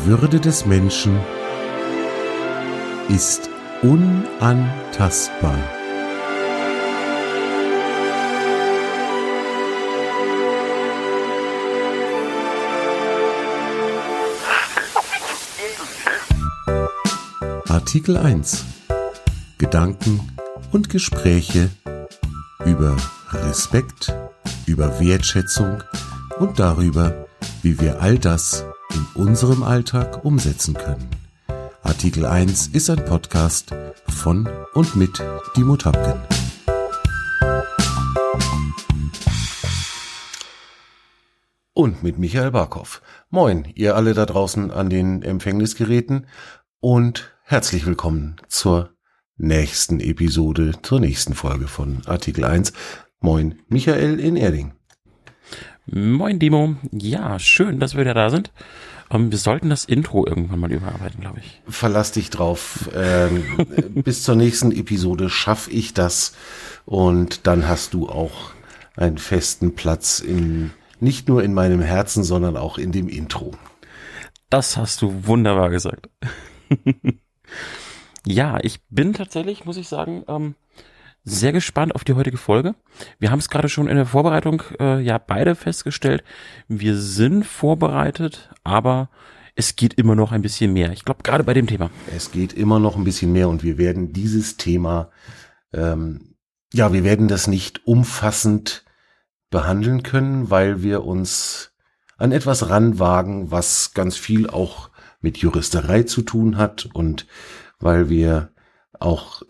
Würde des Menschen ist unantastbar. Artikel 1. Gedanken und Gespräche über Respekt, über Wertschätzung und darüber, wie wir all das in unserem Alltag umsetzen können. Artikel 1 ist ein Podcast von und mit Dimo Tapken. Und mit Michael Barkow. Moin, ihr alle da draußen an den Empfängnisgeräten und herzlich willkommen zur nächsten Episode, zur nächsten Folge von Artikel 1. Moin, Michael in Erding. Moin Dimo, ja, schön, dass wir wieder da sind. Wir sollten das Intro irgendwann mal überarbeiten, glaube ich. Verlass dich drauf. Bis zur nächsten Episode schaffe ich das und dann hast du auch einen festen Platz nicht nur in meinem Herzen, sondern auch in dem Intro. Das hast du wunderbar gesagt. Ja, ich bin tatsächlich, muss ich sagen, sehr gespannt auf die heutige Folge. Wir haben es gerade schon in der Vorbereitung beide festgestellt. Wir sind vorbereitet, aber es geht immer noch ein bisschen mehr. Ich glaube, gerade bei dem Thema. Es geht immer noch ein bisschen mehr und wir werden dieses Thema, wir werden das nicht umfassend behandeln können, weil wir uns an etwas ranwagen, was ganz viel auch mit Juristerei zu tun hat und weil wir auch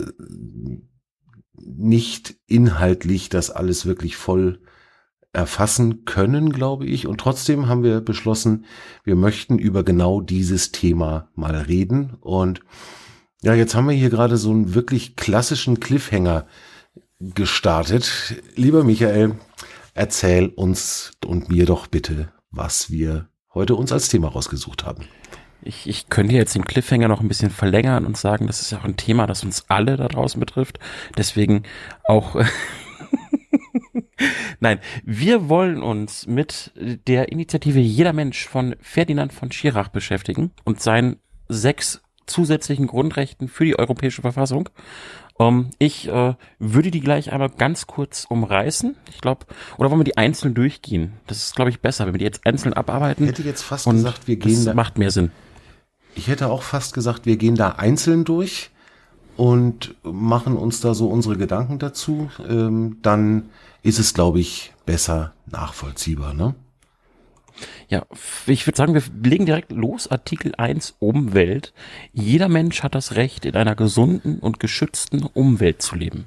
nicht inhaltlich das alles wirklich voll erfassen können, glaube ich. Und trotzdem haben wir beschlossen, wir möchten über genau dieses Thema mal reden. Und ja, jetzt haben wir hier gerade so einen wirklich klassischen Cliffhanger gestartet. Lieber Michael, erzähl uns und mir doch bitte, was wir heute uns als Thema rausgesucht haben. Ich könnte jetzt den Cliffhanger noch ein bisschen verlängern und sagen, das ist ja auch ein Thema, das uns alle da draußen betrifft. Deswegen auch, nein, wir wollen uns mit der Initiative Jeder Mensch von Ferdinand von Schirach beschäftigen und seinen 6 zusätzlichen Grundrechten für die Europäische Verfassung. Ich würde die gleich einmal ganz kurz umreißen. Ich glaube, oder wollen wir die einzeln durchgehen? Das ist, glaube ich, besser, wenn wir die jetzt einzeln abarbeiten. Ich hätte jetzt fast gesagt, wir gehen das macht mehr Sinn. Ich hätte auch fast gesagt, wir gehen da einzeln durch und machen uns da so unsere Gedanken dazu. Dann ist es, glaube ich, besser nachvollziehbar, ne? Ja, ich würde sagen, wir legen direkt los. Artikel 1 Umwelt. Jeder Mensch hat das Recht, in einer gesunden und geschützten Umwelt zu leben.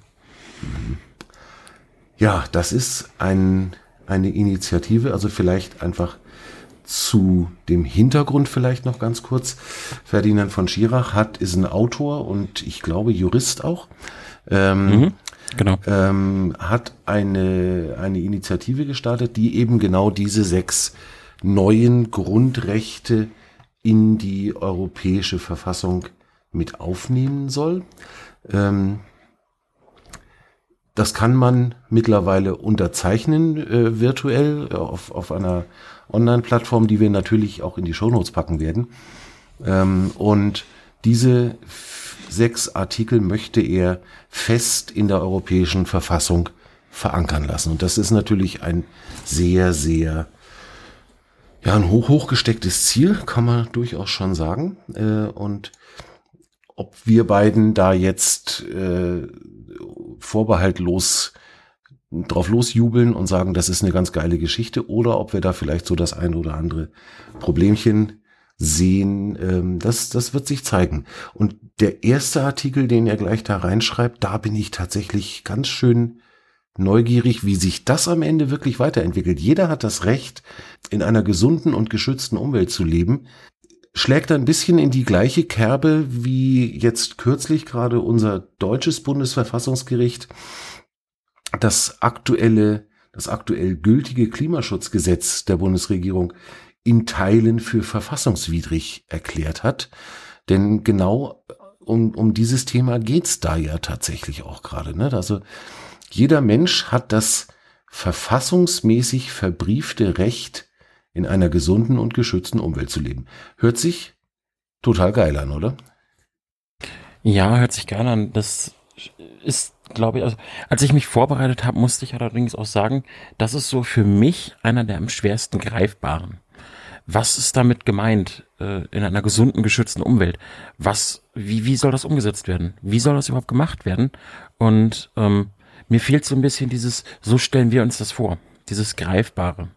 Ja, das ist eine Initiative, also vielleicht einfach zu dem Hintergrund vielleicht noch ganz kurz. Ferdinand von Schirach ist ein Autor und ich glaube Jurist auch. Genau. Hat eine Initiative gestartet, die eben genau diese 6 neuen Grundrechte in die europäische Verfassung mit aufnehmen soll. Das kann man mittlerweile unterzeichnen, virtuell auf einer Online-Plattform, die wir natürlich auch in die Shownotes packen werden. Und diese 6 Artikel möchte er fest in der europäischen Verfassung verankern lassen. Und das ist natürlich ein sehr, sehr, ein hochgestecktes Ziel, kann man durchaus schon sagen. Und ob wir beiden da jetzt vorbehaltlos drauf losjubeln und sagen, das ist eine ganz geile Geschichte, oder ob wir da vielleicht so das ein oder andere Problemchen sehen, das wird sich zeigen. Und der erste Artikel, den er gleich da reinschreibt, da bin ich tatsächlich ganz schön neugierig, wie sich das am Ende wirklich weiterentwickelt. Jeder hat das Recht, in einer gesunden und geschützten Umwelt zu leben. Schlägt ein bisschen in die gleiche Kerbe wie jetzt kürzlich gerade unser deutsches Bundesverfassungsgericht das aktuell gültige Klimaschutzgesetz der Bundesregierung in Teilen für verfassungswidrig erklärt hat. Denn genau um dieses Thema geht's da ja tatsächlich auch gerade, ne? Also jeder Mensch hat das verfassungsmäßig verbriefte Recht, in einer gesunden und geschützten Umwelt zu leben. Hört sich total geil an, oder? Ja, hört sich geil an. Das ist, glaube ich, also, als ich mich vorbereitet habe, musste ich allerdings auch sagen, das ist so für mich einer der am schwersten greifbaren. Was ist damit gemeint, in einer gesunden, geschützten Umwelt? Wie soll das umgesetzt werden? Wie soll das überhaupt gemacht werden? Und mir fehlt so ein bisschen so stellen wir uns das vor, dieses Greifbare.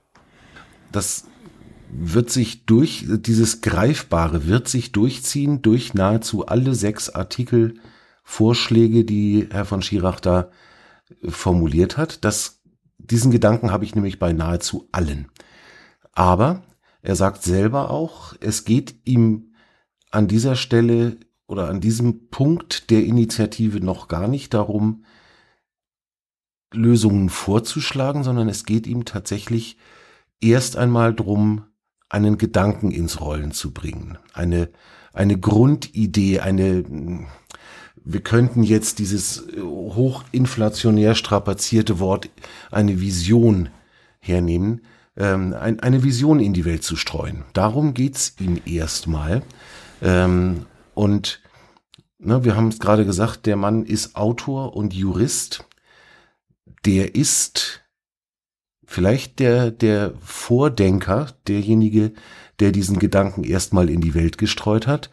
Dieses Greifbare wird sich durchziehen durch nahezu alle 6 Artikel, Vorschläge, die Herr von Schirach da formuliert hat. Diesen Gedanken habe ich nämlich bei nahezu allen. Aber er sagt selber auch, es geht ihm an dieser Stelle oder an diesem Punkt der Initiative noch gar nicht darum, Lösungen vorzuschlagen, sondern es geht ihm tatsächlich erst einmal darum, einen Gedanken ins Rollen zu bringen. Eine Grundidee, wir könnten jetzt dieses hochinflationär strapazierte Wort, eine Vision hernehmen, eine Vision in die Welt zu streuen. Darum geht's ihm erstmal. Und wir haben es gerade gesagt, der Mann ist Autor und Jurist. Der ist vielleicht der Vordenker, derjenige, der diesen Gedanken erstmal in die Welt gestreut hat.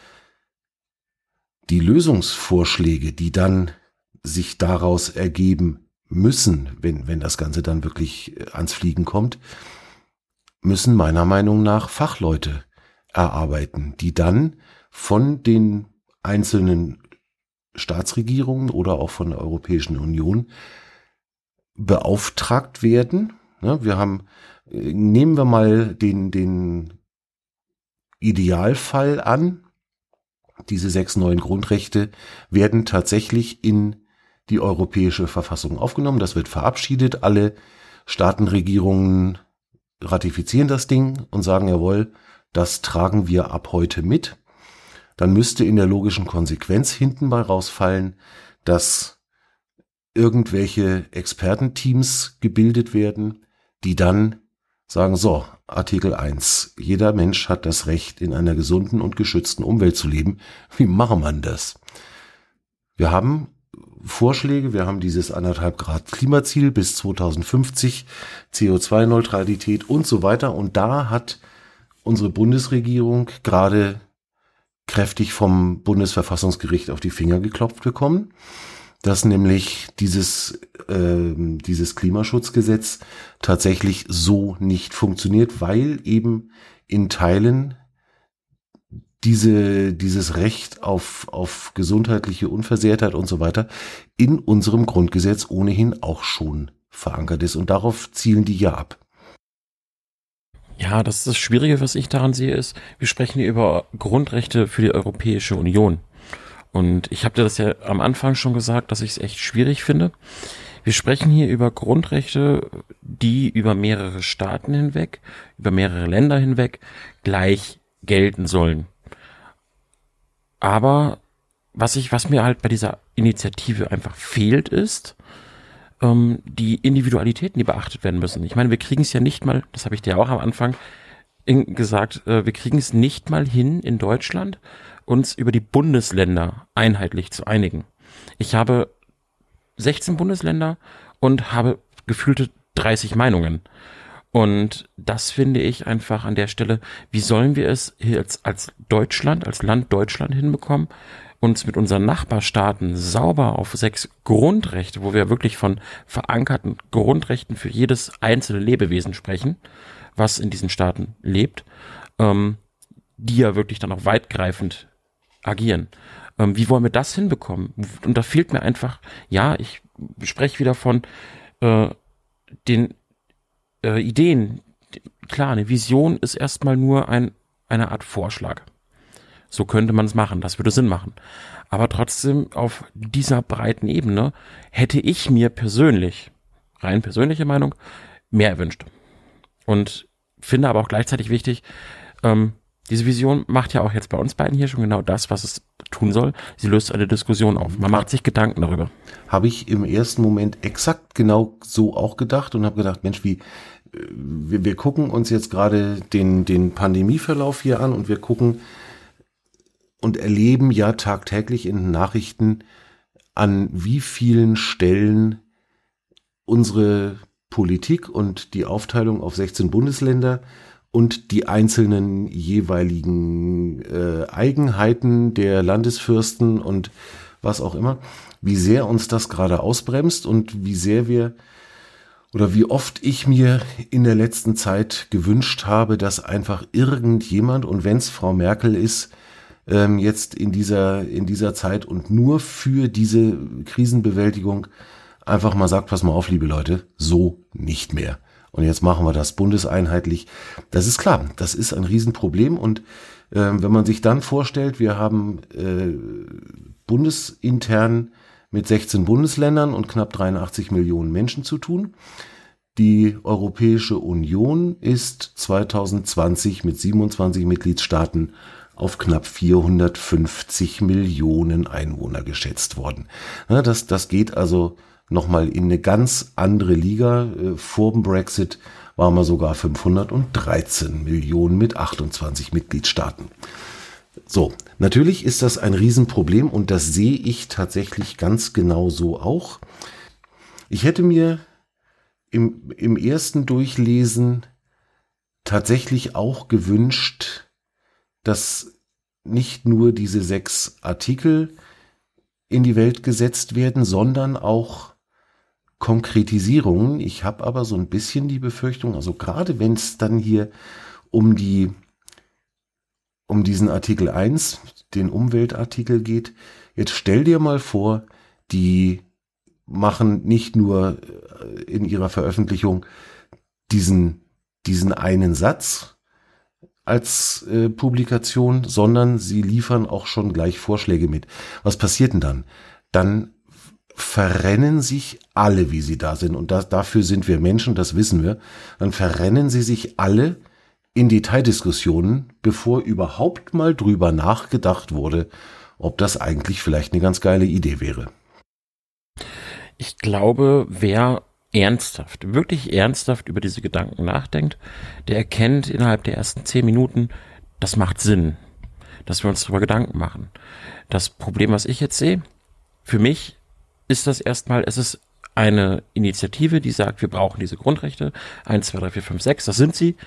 Die Lösungsvorschläge, die dann sich daraus ergeben müssen, wenn das Ganze dann wirklich ans Fliegen kommt, müssen meiner Meinung nach Fachleute erarbeiten, die dann von den einzelnen Staatsregierungen oder auch von der Europäischen Union beauftragt werden. Nehmen wir mal den Idealfall an. Diese 6 neuen Grundrechte werden tatsächlich in die Europäische Verfassung aufgenommen. Das wird verabschiedet. Alle Staatenregierungen ratifizieren das Ding und sagen, jawohl, das tragen wir ab heute mit. Dann müsste in der logischen Konsequenz hinten bei rausfallen, dass irgendwelche Expertenteams gebildet werden, die dann sagen, so, Artikel 1, jeder Mensch hat das Recht, in einer gesunden und geschützten Umwelt zu leben. Wie machen wir das? Wir haben Vorschläge, wir haben dieses 1,5 Grad Klimaziel bis 2050, CO2-Neutralität und so weiter. Und da hat unsere Bundesregierung gerade kräftig vom Bundesverfassungsgericht auf die Finger geklopft bekommen, dass nämlich dieses Klimaschutzgesetz tatsächlich so nicht funktioniert, weil eben in Teilen dieses Recht auf gesundheitliche Unversehrtheit und so weiter in unserem Grundgesetz ohnehin auch schon verankert ist. Und darauf zielen die ja ab. Ja, das Schwierige, was ich daran sehe, ist, wir sprechen hier über Grundrechte für die Europäische Union. Und ich habe dir das ja am Anfang schon gesagt, dass ich es echt schwierig finde. Wir sprechen hier über Grundrechte, die über mehrere Staaten hinweg, über mehrere Länder hinweg gleich gelten sollen. Aber was mir halt bei dieser Initiative einfach fehlt, ist die Individualitäten, die beachtet werden müssen. Ich meine, wir kriegen es ja nicht mal, das habe ich dir auch am Anfang gesagt, wir kriegen es nicht mal hin in Deutschland, uns über die Bundesländer einheitlich zu einigen. Ich habe 16 Bundesländer und habe gefühlte 30 Meinungen. Und das finde ich einfach an der Stelle, wie sollen wir es hier als Deutschland, als Land Deutschland hinbekommen, uns mit unseren Nachbarstaaten sauber auf 6 Grundrechte, wo wir wirklich von verankerten Grundrechten für jedes einzelne Lebewesen sprechen, was in diesen Staaten lebt, die ja wirklich dann auch weitgreifend agieren. Wie wollen wir das hinbekommen? Und da fehlt mir einfach, ja, ich spreche wieder von den Ideen. Klar, eine Vision ist erstmal nur eine Art Vorschlag. So könnte man es machen, das würde Sinn machen. Aber trotzdem auf dieser breiten Ebene hätte ich mir persönlich, rein persönliche Meinung, mehr erwünscht. Und finde aber auch gleichzeitig wichtig, Diese Vision macht ja auch jetzt bei uns beiden hier schon genau das, was es tun soll. Sie löst eine Diskussion auf. Man macht sich Gedanken darüber. Habe ich im ersten Moment exakt genau so auch gedacht und habe gedacht, Mensch, wir gucken uns jetzt gerade den Pandemieverlauf hier an und wir gucken und erleben ja tagtäglich in den Nachrichten, an wie vielen Stellen unsere Politik und die Aufteilung auf 16 Bundesländer und die einzelnen jeweiligen Eigenheiten der Landesfürsten und was auch immer, wie sehr uns das gerade ausbremst und wie sehr wir oder wie oft ich mir in der letzten Zeit gewünscht habe, dass einfach irgendjemand, und wenn es Frau Merkel ist, jetzt in dieser Zeit und nur für diese Krisenbewältigung einfach mal sagt, pass mal auf, liebe Leute, so nicht mehr. Und jetzt machen wir das bundeseinheitlich. Das ist klar, das ist ein Riesenproblem. Und wenn man sich dann vorstellt, wir haben bundesintern mit 16 Bundesländern und knapp 83 Millionen Menschen zu tun. Die Europäische Union ist 2020 mit 27 Mitgliedstaaten auf knapp 450 Millionen Einwohner geschätzt worden. Ja, das geht also nochmal in eine ganz andere Liga. Vor dem Brexit waren wir sogar 513 Millionen mit 28 Mitgliedstaaten. So, natürlich ist das ein Riesenproblem und das sehe ich tatsächlich ganz genau so auch. Ich hätte mir im ersten Durchlesen tatsächlich auch gewünscht, dass nicht nur diese 6 Artikel in die Welt gesetzt werden, sondern auch Konkretisierungen. Ich habe aber so ein bisschen die Befürchtung, also gerade wenn es dann hier um diesen Artikel 1, den Umweltartikel geht, jetzt stell dir mal vor, die machen nicht nur in ihrer Veröffentlichung diesen einen Satz als Publikation, sondern sie liefern auch schon gleich Vorschläge mit. Was passiert denn dann? Dann verrennen sich alle, wie sie da sind, und dafür sind wir Menschen, das wissen wir, dann verrennen sie sich alle in Detaildiskussionen, bevor überhaupt mal drüber nachgedacht wurde, ob das eigentlich vielleicht eine ganz geile Idee wäre. Ich glaube, wer wirklich ernsthaft über diese Gedanken nachdenkt, der erkennt innerhalb der ersten 10 Minuten, das macht Sinn, dass wir uns darüber Gedanken machen. Das Problem, was ich jetzt sehe, für mich ist das erstmal, es ist eine Initiative, die sagt, wir brauchen diese Grundrechte, 1, 2, 3, 4, 5, 6, das sind sie.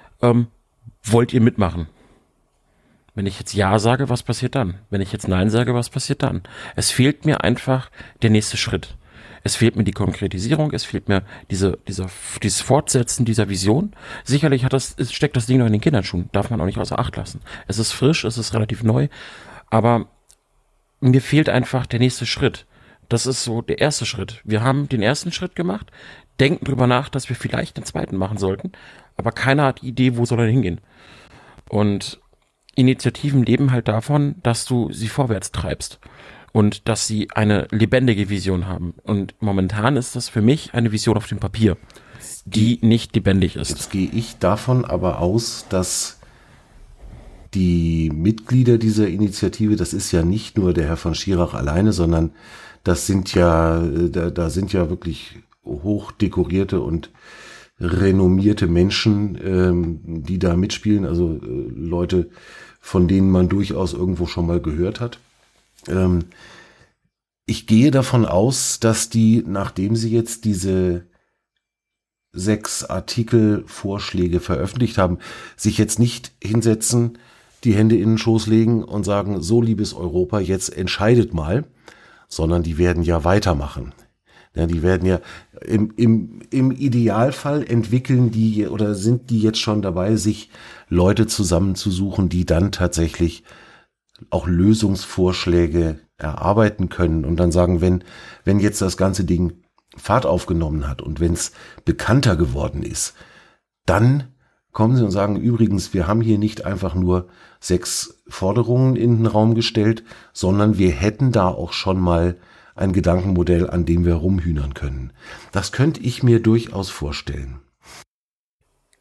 Wollt ihr mitmachen? Wenn ich jetzt Ja sage, was passiert dann? Wenn ich jetzt Nein sage, was passiert dann? Es fehlt mir einfach der nächste Schritt. Es fehlt mir die Konkretisierung, es fehlt mir dieses Fortsetzen dieser Vision. Sicherlich steckt das Ding noch in den Kinderschuhen, darf man auch nicht außer Acht lassen. Es ist frisch, es ist relativ neu, aber mir fehlt einfach der nächste Schritt. Das ist so der erste Schritt. Wir haben den ersten Schritt gemacht, denken drüber nach, dass wir vielleicht den zweiten machen sollten, aber keiner hat die Idee, wo soll er hingehen. Und Initiativen leben halt davon, dass du sie vorwärts treibst und dass sie eine lebendige Vision haben. Und momentan ist das für mich eine Vision auf dem Papier, die nicht lebendig ist. Jetzt gehe ich davon aber aus, dass die Mitglieder dieser Initiative, das ist ja nicht nur der Herr von Schirach alleine, sondern das sind ja, da sind ja wirklich hochdekorierte und renommierte Menschen, die da mitspielen, also Leute, von denen man durchaus irgendwo schon mal gehört hat. Ich gehe davon aus, dass die, nachdem sie jetzt diese 6 Artikelvorschläge veröffentlicht haben, sich jetzt nicht hinsetzen, die Hände in den Schoß legen und sagen, so liebes Europa, jetzt entscheidet mal, sondern die werden ja weitermachen. Ja, die werden ja im Idealfall entwickeln die oder sind die jetzt schon dabei, sich Leute zusammenzusuchen, die dann tatsächlich auch Lösungsvorschläge erarbeiten können und dann sagen, wenn jetzt das ganze Ding Fahrt aufgenommen hat und wenn es bekannter geworden ist, dann kommen sie und sagen, übrigens, wir haben hier nicht einfach nur 6 Forderungen in den Raum gestellt, sondern wir hätten da auch schon mal ein Gedankenmodell, an dem wir rumhühnern können. Das könnte ich mir durchaus vorstellen.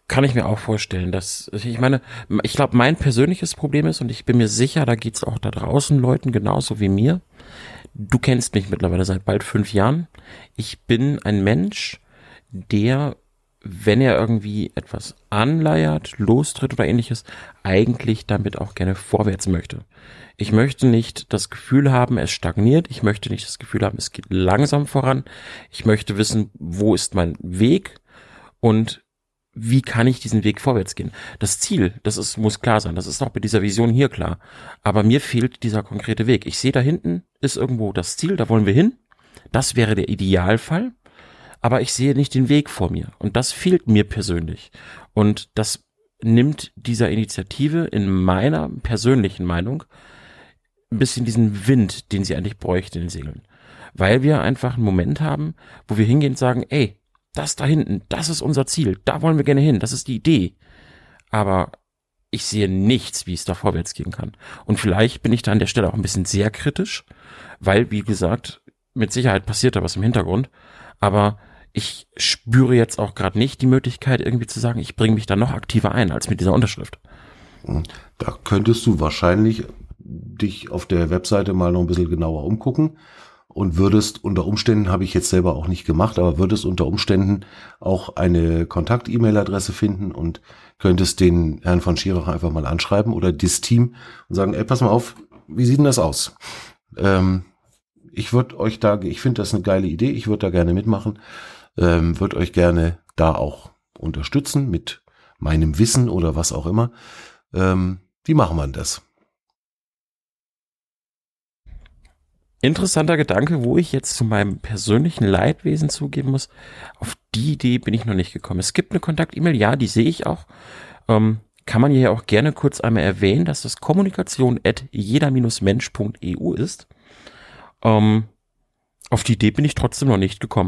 kann ich mir auch vorstellen, dass, ich meine, ich glaube, mein persönliches Problem ist, und ich bin mir sicher, da geht's auch da draußen Leuten genauso wie mir. Du kennst mich mittlerweile seit bald 5 Jahren. Ich bin ein Mensch, der, wenn er irgendwie etwas anleiert, lostritt oder ähnliches, eigentlich damit auch gerne vorwärts möchte. Ich möchte nicht das Gefühl haben, es stagniert. Ich möchte nicht das Gefühl haben, es geht langsam voran. Ich möchte wissen, wo ist mein Weg und wie kann ich diesen Weg vorwärts gehen? Das Ziel, muss klar sein. Das ist auch bei dieser Vision hier klar. Aber mir fehlt dieser konkrete Weg. Ich sehe, da hinten ist irgendwo das Ziel, da wollen wir hin. Das wäre der Idealfall. Aber ich sehe nicht den Weg vor mir. Und das fehlt mir persönlich. Und das nimmt dieser Initiative in meiner persönlichen Meinung ein bisschen diesen Wind, den sie eigentlich bräuchte in den Segeln. Weil wir einfach einen Moment haben, wo wir hingehen und sagen, ey, das da hinten, das ist unser Ziel, da wollen wir gerne hin, das ist die Idee. Aber ich sehe nichts, wie es da vorwärts gehen kann. Und vielleicht bin ich da an der Stelle auch ein bisschen sehr kritisch, weil, wie gesagt, mit Sicherheit passiert da was im Hintergrund. Aber ich spüre jetzt auch gerade nicht die Möglichkeit, irgendwie zu sagen, ich bringe mich da noch aktiver ein, als mit dieser Unterschrift. Da könntest du wahrscheinlich dich auf der Webseite mal noch ein bisschen genauer umgucken. Und würdest unter Umständen, habe ich jetzt selber auch nicht gemacht, aber würdest unter Umständen auch eine Kontakt-E-Mail-Adresse finden und könntest den Herrn von Schirach einfach mal anschreiben oder das Team und sagen, ey, pass mal auf, wie sieht denn das aus? Ich finde das eine geile Idee, ich würde da gerne mitmachen, würde euch gerne da auch unterstützen mit meinem Wissen oder was auch immer. Wie machen wir denn das? Interessanter Gedanke, wo ich jetzt zu meinem persönlichen Leidwesen zugeben muss, auf die Idee bin ich noch nicht gekommen. Es gibt eine Kontakt-E-Mail, ja, die sehe ich auch. Kann man hier auch gerne kurz einmal erwähnen, dass das kommunikation@jeder-mensch.eu ist. Auf die Idee bin ich trotzdem noch nicht gekommen.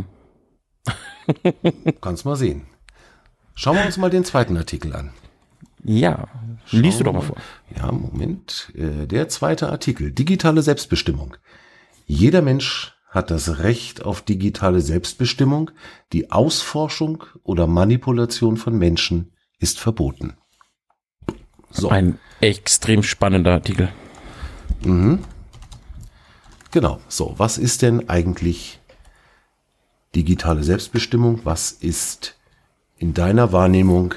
Kannst mal sehen. Schauen wir uns mal den zweiten Artikel an. Ja, liest du doch mal vor. Ja, Moment. Der zweite Artikel. Digitale Selbstbestimmung. Jeder Mensch hat das Recht auf digitale Selbstbestimmung. Die Ausforschung oder Manipulation von Menschen ist verboten. So. Ein extrem spannender Artikel. Mhm. Genau. So, was ist denn eigentlich digitale Selbstbestimmung? Was ist in deiner Wahrnehmung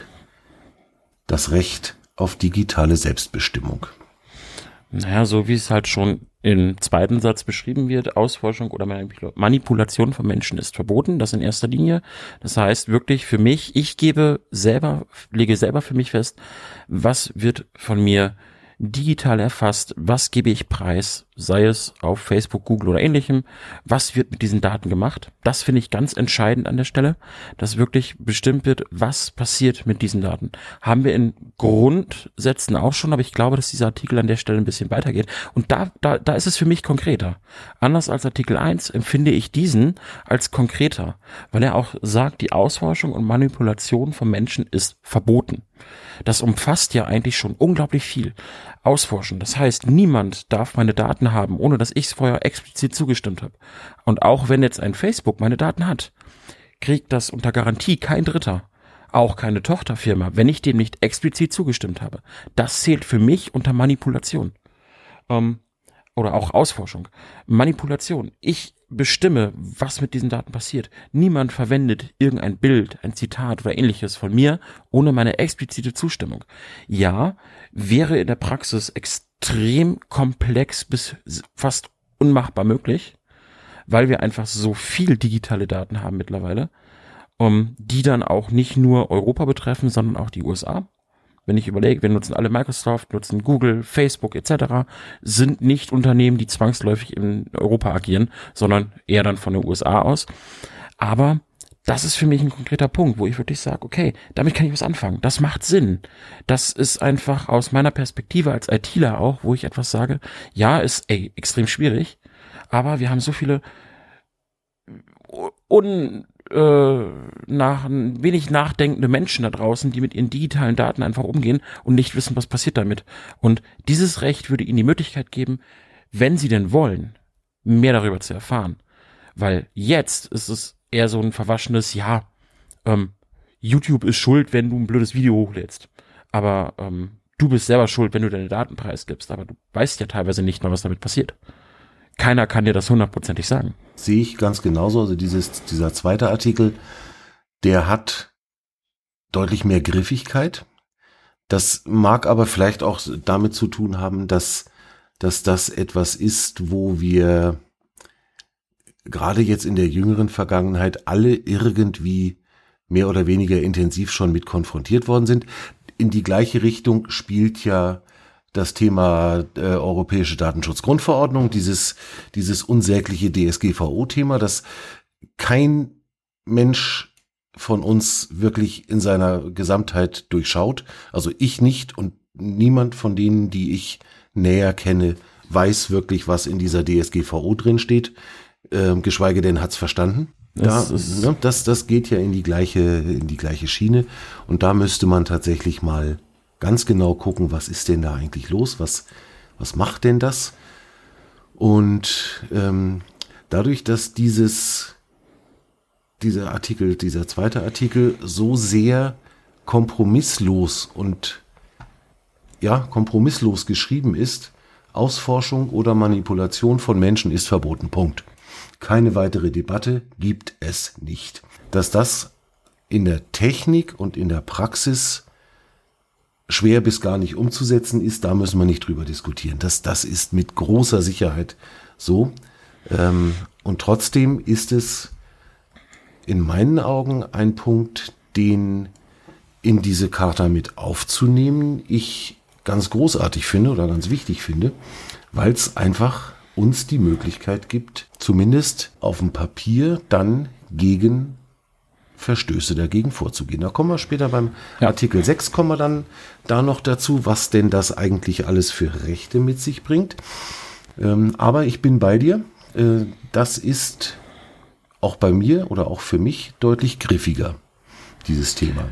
das Recht auf digitale Selbstbestimmung? Naja, so wie es halt schon im zweiten Satz beschrieben wird, Ausforschung oder Manipulation von Menschen ist verboten, das in erster Linie. Das heißt wirklich für mich, lege selber für mich fest, was wird von mir digital erfasst, was gebe ich preis, sei es auf Facebook, Google oder ähnlichem, was wird mit diesen Daten gemacht. Das finde ich ganz entscheidend an der Stelle, dass wirklich bestimmt wird, was passiert mit diesen Daten. Haben wir in Grundsätzen auch schon, aber ich glaube, dass dieser Artikel an der Stelle ein bisschen weitergeht. Und da ist es für mich konkreter. Anders als Artikel 1 empfinde ich diesen als konkreter, weil er auch sagt, die Ausforschung und Manipulation von Menschen ist verboten. Das umfasst ja eigentlich schon unglaublich viel. Ausforschen. Das heißt, niemand darf meine Daten haben, ohne dass ich es vorher explizit zugestimmt habe. Und auch wenn jetzt ein Facebook meine Daten hat, kriegt das unter Garantie kein Dritter. Auch keine Tochterfirma, wenn ich dem nicht explizit zugestimmt habe. Das zählt für mich unter Manipulation. Oder auch Ausforschung. Manipulation. Ich bestimme, was mit diesen Daten passiert. Niemand verwendet irgendein Bild, ein Zitat oder ähnliches von mir ohne meine explizite Zustimmung. Ja, wäre in der Praxis extrem komplex bis fast unmachbar möglich, weil wir einfach so viel digitale Daten haben mittlerweile, die dann auch nicht nur Europa betreffen, sondern auch die USA. Wenn ich überlege, wir nutzen alle Microsoft, nutzen Google, Facebook etc., sind nicht Unternehmen, die zwangsläufig in Europa agieren, sondern eher dann von den USA aus. Aber das ist für mich ein konkreter Punkt, wo ich wirklich sage, okay, damit kann ich was anfangen. Das macht Sinn. Das ist einfach aus meiner Perspektive als ITler auch, wo ich etwas sage, ja, ist extrem schwierig, aber wir haben so viele wenig nachdenkende Menschen da draußen, die mit ihren digitalen Daten einfach umgehen und nicht wissen, was passiert damit. Und dieses Recht würde ihnen die Möglichkeit geben, wenn sie denn wollen, mehr darüber zu erfahren. Weil jetzt ist es eher so ein verwaschenes, YouTube ist schuld, wenn du ein blödes Video hochlädst. Aber du bist selber schuld, wenn du deine Daten preisgibst. Aber du weißt ja teilweise nicht mal, was damit passiert. Keiner kann dir das 100%ig sagen. Sehe ich ganz genauso. Also dieser zweite Artikel, der hat deutlich mehr Griffigkeit. Das mag aber vielleicht auch damit zu tun haben, dass das etwas ist, wo wir gerade jetzt in der jüngeren Vergangenheit alle irgendwie mehr oder weniger intensiv schon mit konfrontiert worden sind. In die gleiche Richtung spielt ja das Thema Europäische Datenschutzgrundverordnung, dieses unsägliche DSGVO-Thema, das kein Mensch von uns wirklich in seiner Gesamtheit durchschaut. Also ich nicht und niemand von denen, die ich näher kenne, weiß wirklich, was in dieser DSGVO drin steht, geschweige denn hat's verstanden. Das geht ja in die gleiche Schiene und da müsste man tatsächlich mal ganz genau gucken, was ist denn da eigentlich los, was macht denn das? Und dadurch, dass dieser zweite Artikel so sehr kompromisslos geschrieben ist, Ausforschung oder Manipulation von Menschen ist verboten. Punkt. Keine weitere Debatte gibt es nicht. Dass das in der Technik und in der Praxis schwer bis gar nicht umzusetzen ist, da müssen wir nicht drüber diskutieren. Das ist mit großer Sicherheit so. Und trotzdem ist es in meinen Augen ein Punkt, den in diese Charta mit aufzunehmen, ich ganz großartig finde oder ganz wichtig finde, weil es einfach uns die Möglichkeit gibt, zumindest auf dem Papier dann gegen Verstöße dagegen vorzugehen. Da kommen wir später beim Artikel 6 kommen wir dann da noch dazu, was denn das eigentlich alles für Rechte mit sich bringt. Aber ich bin bei dir. Das ist auch bei mir oder auch für mich deutlich griffiger, dieses Thema.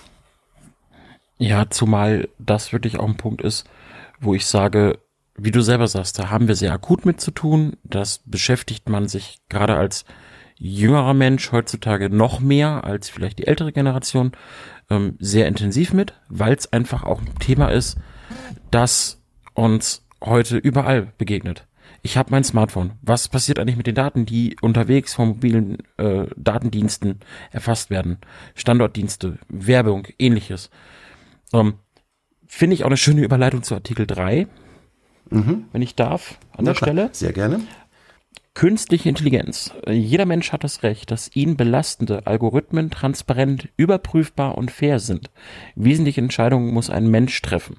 Ja, zumal das wirklich auch ein Punkt ist, wo ich sage, wie du selber sagst, da haben wir sehr akut mit zu tun. Das beschäftigt man sich gerade als jüngerer Mensch heutzutage noch mehr als vielleicht die ältere Generation sehr intensiv mit, weil es einfach auch ein Thema ist, das uns heute überall begegnet. Ich habe mein Smartphone. Was passiert eigentlich mit den Daten, die unterwegs von mobilen Datendiensten erfasst werden? Standortdienste, Werbung, ähnliches. Finde ich auch eine schöne Überleitung zu Artikel 3, wenn ich darf, an der Stelle. Sehr gerne. Künstliche Intelligenz. Jeder Mensch hat das Recht, dass ihn belastende Algorithmen transparent, überprüfbar und fair sind. Wesentliche Entscheidungen muss ein Mensch treffen.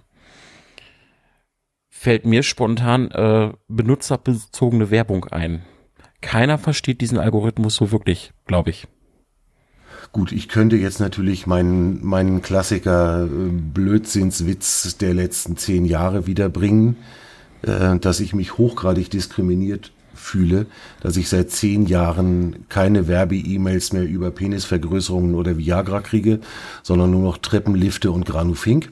Fällt mir spontan benutzerbezogene Werbung ein. Keiner versteht diesen Algorithmus so wirklich, glaube ich. Gut, ich könnte jetzt natürlich meinen Klassiker Blödsinnswitz der letzten 10 Jahre wiederbringen, dass ich mich hochgradig diskriminiert fühle, dass ich seit 10 Jahren keine Werbe-E-Mails mehr über Penisvergrößerungen oder Viagra kriege, sondern nur noch Treppenlifte und Granufink.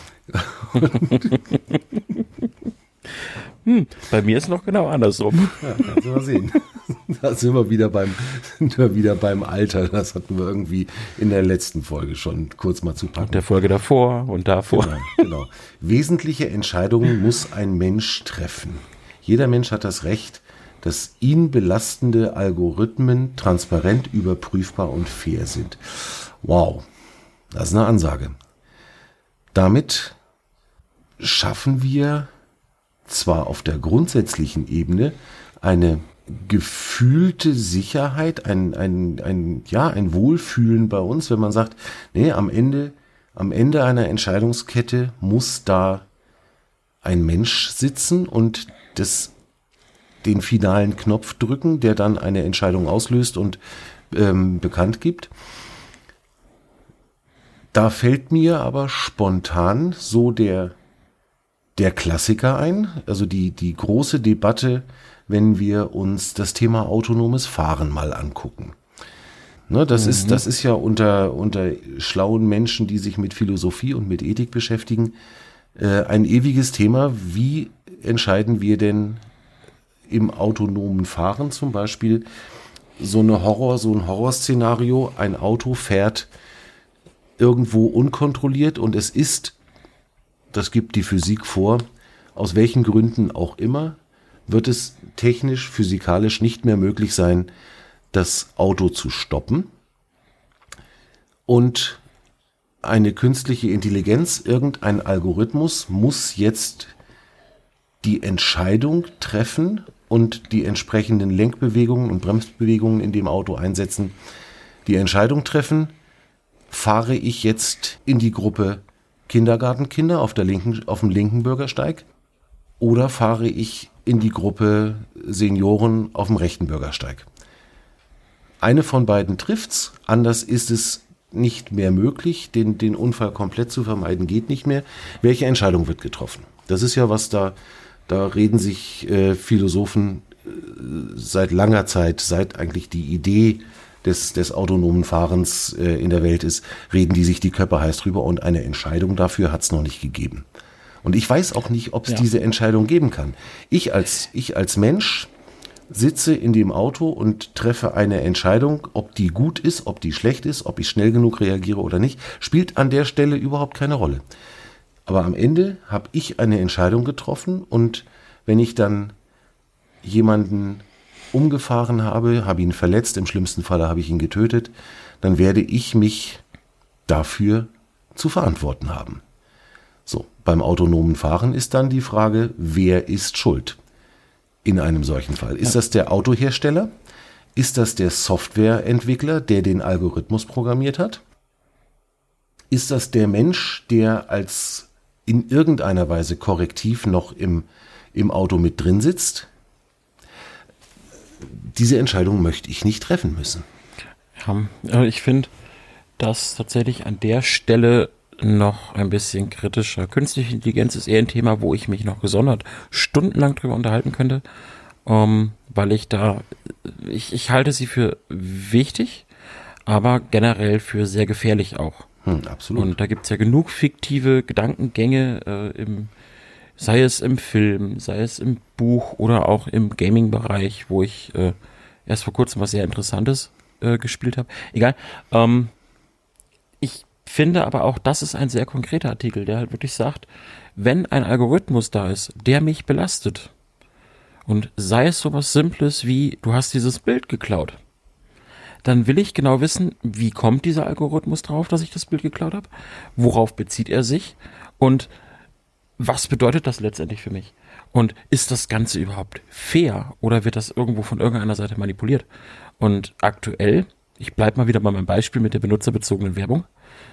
Bei mir ist noch genau andersrum. Ja, kannst du mal sehen. Da sind wir wieder beim Alter. Das hatten wir irgendwie in der letzten Folge schon kurz mal zu packen. Und der Folge davor und davor. Genau. Wesentliche Entscheidungen muss ein Mensch treffen. Jeder Mensch hat das Recht, dass ihn belastende Algorithmen transparent, überprüfbar und fair sind. Wow, das ist eine Ansage. Damit schaffen wir zwar auf der grundsätzlichen Ebene eine gefühlte Sicherheit, ein Wohlfühlen bei uns, wenn man sagt, nee, am Ende einer Entscheidungskette muss da ein Mensch sitzen und den finalen Knopf drücken, der dann eine Entscheidung auslöst und bekannt gibt. Da fällt mir aber spontan so der Klassiker ein, also die große Debatte, wenn wir uns das Thema autonomes Fahren mal angucken. Ne, das ist ja unter schlauen Menschen, die sich mit Philosophie und mit Ethik beschäftigen, ein ewiges Thema. Wie entscheiden wir denn im autonomen Fahren zum Beispiel so ein Horrorszenario? Ein Auto fährt irgendwo unkontrolliert und es ist, das gibt die Physik vor, aus welchen Gründen auch immer, wird es technisch, physikalisch nicht mehr möglich sein, das Auto zu stoppen und eine künstliche Intelligenz, irgendein Algorithmus muss jetzt die Entscheidung treffen und die entsprechenden Lenkbewegungen und Bremsbewegungen in dem Auto einsetzen, die Entscheidung treffen, fahre ich jetzt in die Gruppe Kindergartenkinder auf dem linken Bürgersteig oder fahre ich in die Gruppe Senioren auf dem rechten Bürgersteig. Eine von beiden trifft's, anders ist es nicht mehr möglich, den Unfall komplett zu vermeiden geht nicht mehr. Welche Entscheidung wird getroffen? Das ist ja was, da reden sich Philosophen seit langer Zeit, seit eigentlich die Idee des autonomen Fahrens in der Welt ist, reden die sich die Köpfe heiß drüber und eine Entscheidung dafür hat es noch nicht gegeben. Und ich weiß auch nicht, ob es diese Entscheidung geben kann. Ich als Mensch sitze in dem Auto und treffe eine Entscheidung, ob die gut ist, ob die schlecht ist, ob ich schnell genug reagiere oder nicht, spielt an der Stelle überhaupt keine Rolle. Aber am Ende habe ich eine Entscheidung getroffen und wenn ich dann jemanden umgefahren habe ihn verletzt, im schlimmsten Falle habe ich ihn getötet, dann werde ich mich dafür zu verantworten haben. So, beim autonomen Fahren ist dann die Frage, wer ist schuld in einem solchen Fall? Ist das der Autohersteller? Ist das der Softwareentwickler, der den Algorithmus programmiert hat? Ist das der Mensch, der als in irgendeiner Weise korrektiv noch im Auto mit drin sitzt? Diese Entscheidung möchte ich nicht treffen müssen. Ja, ich finde das tatsächlich an der Stelle noch ein bisschen kritischer. Künstliche Intelligenz ist eher ein Thema, wo ich mich noch gesondert stundenlang drüber unterhalten könnte, weil ich halte sie für wichtig, aber generell für sehr gefährlich auch. Absolut. Und da gibt es ja genug fiktive Gedankengänge, sei es im Film, sei es im Buch oder auch im Gaming-Bereich, wo ich erst vor kurzem was sehr Interessantes gespielt habe. Egal. Ich finde aber auch, das ist ein sehr konkreter Artikel, der halt wirklich sagt, wenn ein Algorithmus da ist, der mich belastet und sei es sowas Simples wie, du hast dieses Bild geklaut, dann will ich genau wissen, wie kommt dieser Algorithmus drauf, dass ich das Bild geklaut habe, worauf bezieht er sich und was bedeutet das letztendlich für mich? Und ist das Ganze überhaupt fair oder wird das irgendwo von irgendeiner Seite manipuliert? Und aktuell, ich bleibe mal wieder bei meinem Beispiel mit der benutzerbezogenen Werbung,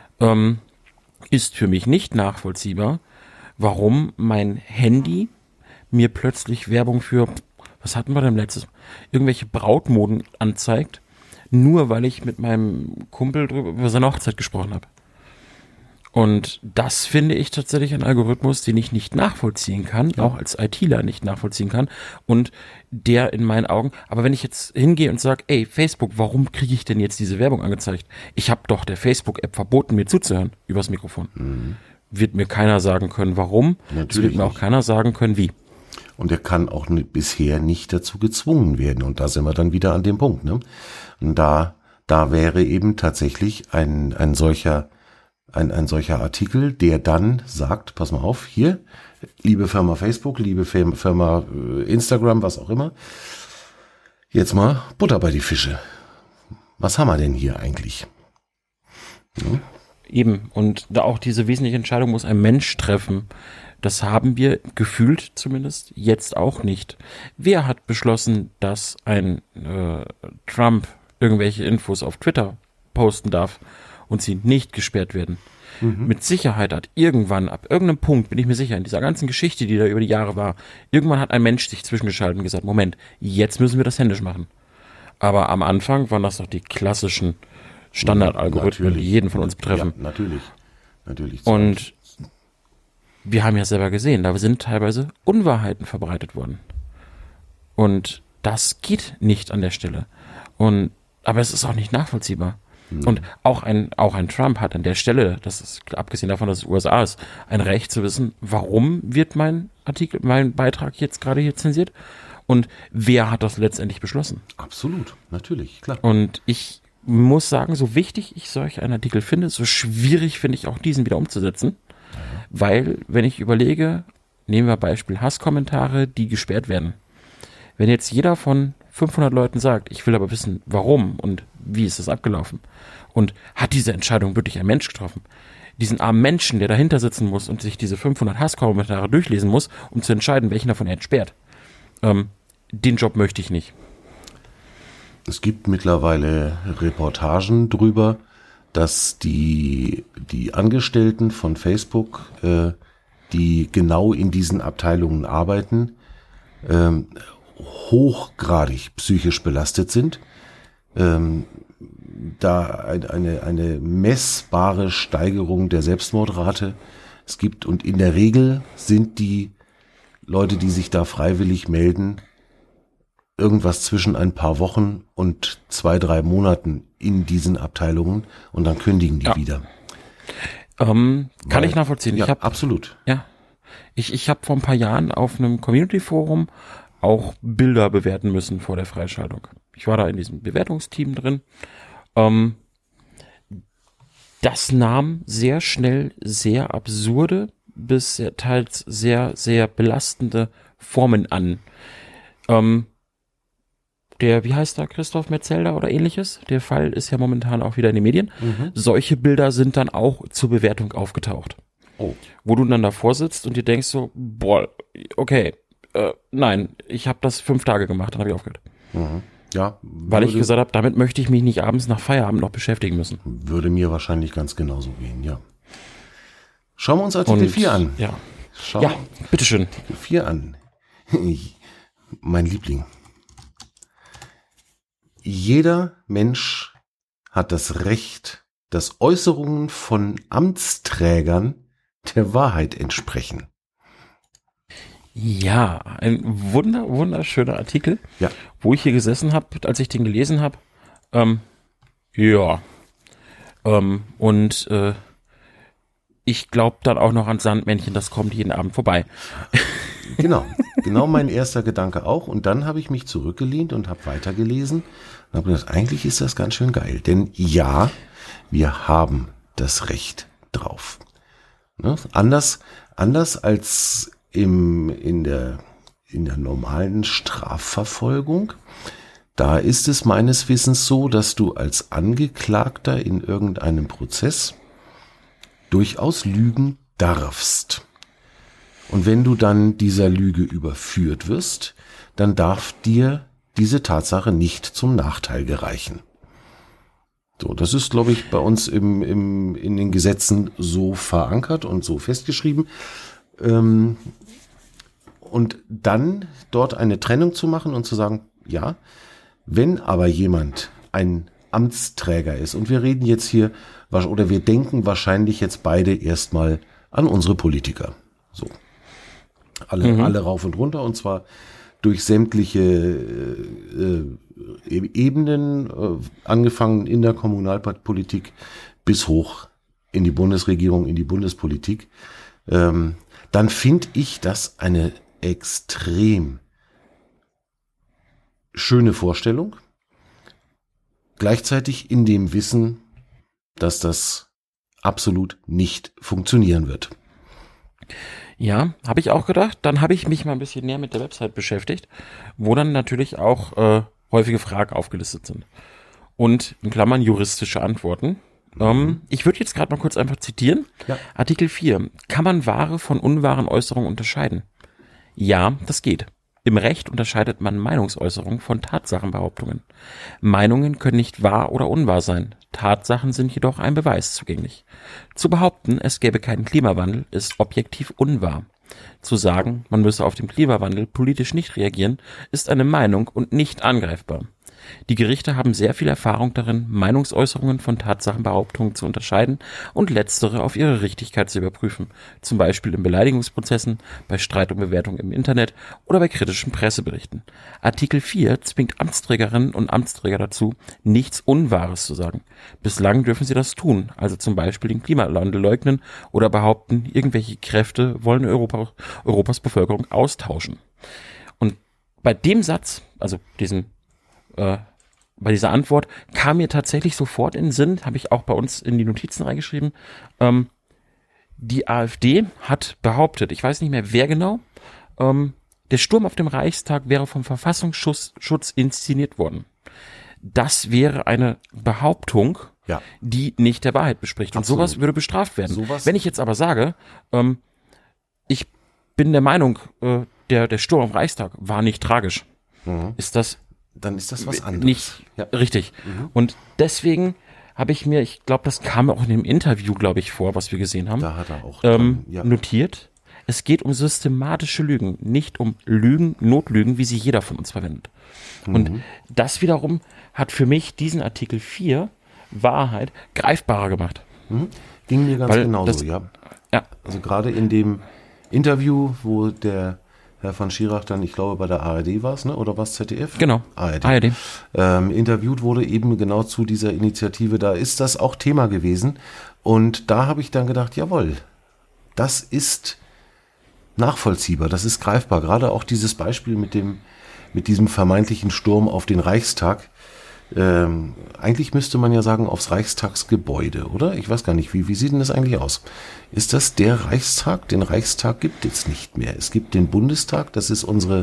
ist für mich nicht nachvollziehbar, warum mein Handy mir plötzlich Werbung für, was hatten wir denn letztes Mal, irgendwelche Brautmoden anzeigt, nur weil ich mit meinem Kumpel über seine Hochzeit gesprochen habe. Und das finde ich tatsächlich ein Algorithmus, den ich nicht nachvollziehen kann, auch als ITler nicht nachvollziehen kann und der in meinen Augen, aber wenn ich jetzt hingehe und sage, ey, Facebook, warum kriege ich denn jetzt diese Werbung angezeigt? Ich habe doch der Facebook-App verboten, mir zuzuhören übers Mikrofon. Wird mir keiner sagen können, warum. Es wird mir auch keiner sagen können, wie. Und er kann auch bisher nicht dazu gezwungen werden. Und da sind wir dann wieder an dem Punkt. Ne? Und da wäre eben tatsächlich ein solcher Artikel, der dann sagt, pass mal auf, hier, liebe Firma Facebook, liebe Firma Instagram, was auch immer, jetzt mal Butter bei die Fische. Was haben wir denn hier eigentlich? Ja. Eben, und da auch diese wesentliche Entscheidung muss ein Mensch treffen. Das haben wir gefühlt zumindest jetzt auch nicht. Wer hat beschlossen, dass ein Trump irgendwelche Infos auf Twitter posten darf und sie nicht gesperrt werden? Mit Sicherheit hat irgendwann, ab irgendeinem Punkt, bin ich mir sicher, in dieser ganzen Geschichte, die da über die Jahre war, irgendwann hat ein Mensch sich zwischengeschaltet und gesagt, Moment, jetzt müssen wir das händisch machen. Aber am Anfang waren das doch die klassischen Standardalgorithmen, die jeden von uns betreffen. Ja, natürlich. Und wir haben ja selber gesehen, da sind teilweise Unwahrheiten verbreitet worden. Und das geht nicht an der Stelle. Aber es ist auch nicht nachvollziehbar. Und auch ein Trump hat an der Stelle, das ist abgesehen davon, dass es USA ist, ein Recht zu wissen, warum wird mein Beitrag jetzt gerade hier zensiert und wer hat das letztendlich beschlossen. Absolut, natürlich, klar. Und ich muss sagen, so wichtig ich solch einen Artikel finde, so schwierig finde ich auch diesen wieder umzusetzen. Weil, wenn ich überlege, nehmen wir Beispiel Hasskommentare, die gesperrt werden. Wenn jetzt jeder von 500 Leuten sagt, ich will aber wissen, warum und wie ist das abgelaufen und hat diese Entscheidung wirklich ein Mensch getroffen? Diesen armen Menschen, der dahinter sitzen muss und sich diese 500 Hasskommentare durchlesen muss, um zu entscheiden, welchen davon er entsperrt. Den Job möchte ich nicht. Es gibt mittlerweile Reportagen drüber, dass die Angestellten von Facebook, die genau in diesen Abteilungen arbeiten, hochgradig psychisch belastet sind. Da eine messbare Steigerung der Selbstmordrate es gibt. Und in der Regel sind die Leute, die sich da freiwillig melden, irgendwas zwischen ein paar Wochen und 2-3 Monaten in diesen Abteilungen und dann kündigen die wieder. Kann ich nachvollziehen. Ja, absolut. Ja. Ich habe vor ein paar Jahren auf einem Community-Forum auch Bilder bewerten müssen vor der Freischaltung. Ich war da in diesem Bewertungsteam drin. Das nahm sehr schnell sehr absurde bis teils sehr, sehr belastende Formen an. Wie heißt da, Christoph Metzelder oder ähnliches? Der Fall ist ja momentan auch wieder in den Medien. Solche Bilder sind dann auch zur Bewertung aufgetaucht. Oh. Wo du dann davor sitzt und dir denkst so, boah, okay, nein, ich habe das 5 Tage gemacht, dann habe ich aufgehört. Ja, weil ich gesagt habe, damit möchte ich mich nicht abends nach Feierabend noch beschäftigen müssen. Würde mir wahrscheinlich ganz genauso gehen, ja. Schauen wir uns Artikel 4 an. Ja, bitteschön. Artikel 4 an. Mein Liebling. Jeder Mensch hat das Recht, dass Äußerungen von Amtsträgern der Wahrheit entsprechen. Ja, ein wunderschöner Artikel, wo ich hier gesessen habe, als ich den gelesen habe. Ich glaube dann auch noch ans Sandmännchen, das kommt jeden Abend vorbei. Genau mein erster Gedanke auch. Und dann habe ich mich zurückgelehnt und habe weitergelesen und habe gedacht, eigentlich ist das ganz schön geil. Denn ja, wir haben das Recht drauf. Ne? Anders als in der normalen Strafverfolgung, da ist es meines Wissens so, dass du als Angeklagter in irgendeinem Prozess durchaus lügen darfst. Und wenn du dann dieser Lüge überführt wirst, dann darf dir diese Tatsache nicht zum Nachteil gereichen. So, das ist, glaube ich, bei uns in den Gesetzen so verankert und so festgeschrieben. Und dann dort eine Trennung zu machen und zu sagen, ja, wenn aber jemand ein Amtsträger ist, und wir reden jetzt hier, oder wir denken wahrscheinlich jetzt beide erstmal an unsere Politiker. So. Alle rauf und runter, und zwar durch sämtliche Ebenen, angefangen in der Kommunalpolitik bis hoch in die Bundesregierung, in die Bundespolitik. Dann finde ich das eine extrem schöne Vorstellung. Gleichzeitig in dem Wissen, dass das absolut nicht funktionieren wird. Ja, habe ich auch gedacht. Dann habe ich mich mal ein bisschen näher mit der Website beschäftigt, wo dann natürlich auch häufige Fragen aufgelistet sind. Und in Klammern juristische Antworten. Ich würde jetzt gerade mal kurz einfach zitieren. Ja. Artikel 4. Kann man wahre von unwahren Äußerungen unterscheiden? Ja, das geht. Im Recht unterscheidet man Meinungsäußerungen von Tatsachenbehauptungen. Meinungen können nicht wahr oder unwahr sein. Tatsachen sind jedoch ein Beweis zugänglich. Zu behaupten, es gäbe keinen Klimawandel, ist objektiv unwahr. Zu sagen, man müsse auf den Klimawandel politisch nicht reagieren, ist eine Meinung und nicht angreifbar. Die Gerichte haben sehr viel Erfahrung darin, Meinungsäußerungen von Tatsachenbehauptungen zu unterscheiden und letztere auf ihre Richtigkeit zu überprüfen, zum Beispiel in Beleidigungsprozessen, bei Streit um Bewertung im Internet oder bei kritischen Presseberichten. Artikel 4 zwingt Amtsträgerinnen und Amtsträger dazu, nichts Unwahres zu sagen. Bislang dürfen sie das tun, also zum Beispiel den Klimawandel leugnen oder behaupten, irgendwelche Kräfte wollen Europas Bevölkerung austauschen. Und bei dem Satz, also diesen bei dieser Antwort kam mir tatsächlich sofort in den Sinn, habe ich auch bei uns in die Notizen reingeschrieben, die AfD hat behauptet, ich weiß nicht mehr wer genau, der Sturm auf dem Reichstag wäre vom Verfassungsschutz inszeniert worden. Das wäre eine Behauptung, die nicht der Wahrheit bespricht. Und sowas würde bestraft werden. Wenn ich jetzt aber sage, ich bin der Meinung, der Sturm am Reichstag war nicht tragisch, dann ist das was anderes. Nicht richtig. Und deswegen habe ich mir, ich glaube, das kam auch in dem Interview, glaube ich, vor, was wir gesehen haben, da hat er auch notiert. Es geht um systematische Lügen, nicht um Lügen, Notlügen, wie sie jeder von uns verwendet. Und das wiederum hat für mich diesen Artikel 4 Wahrheit greifbarer gemacht. Ging mir ganz genauso, ja. Also gerade in dem Interview, wo der Herr von Schirach dann, ich glaube bei der ARD war es, ne? Oder was, ZDF? Genau, ARD. Interviewt wurde eben genau zu dieser Initiative, da ist das auch Thema gewesen. Und da habe ich dann gedacht, jawohl, das ist nachvollziehbar, das ist greifbar. Gerade auch dieses Beispiel mit diesem vermeintlichen Sturm auf den Reichstag. Eigentlich müsste man ja sagen, aufs Reichstagsgebäude, oder? Ich weiß gar nicht, wie sieht denn das eigentlich aus? Ist das der Reichstag? Den Reichstag gibt es nicht mehr. Es gibt den Bundestag, das ist unser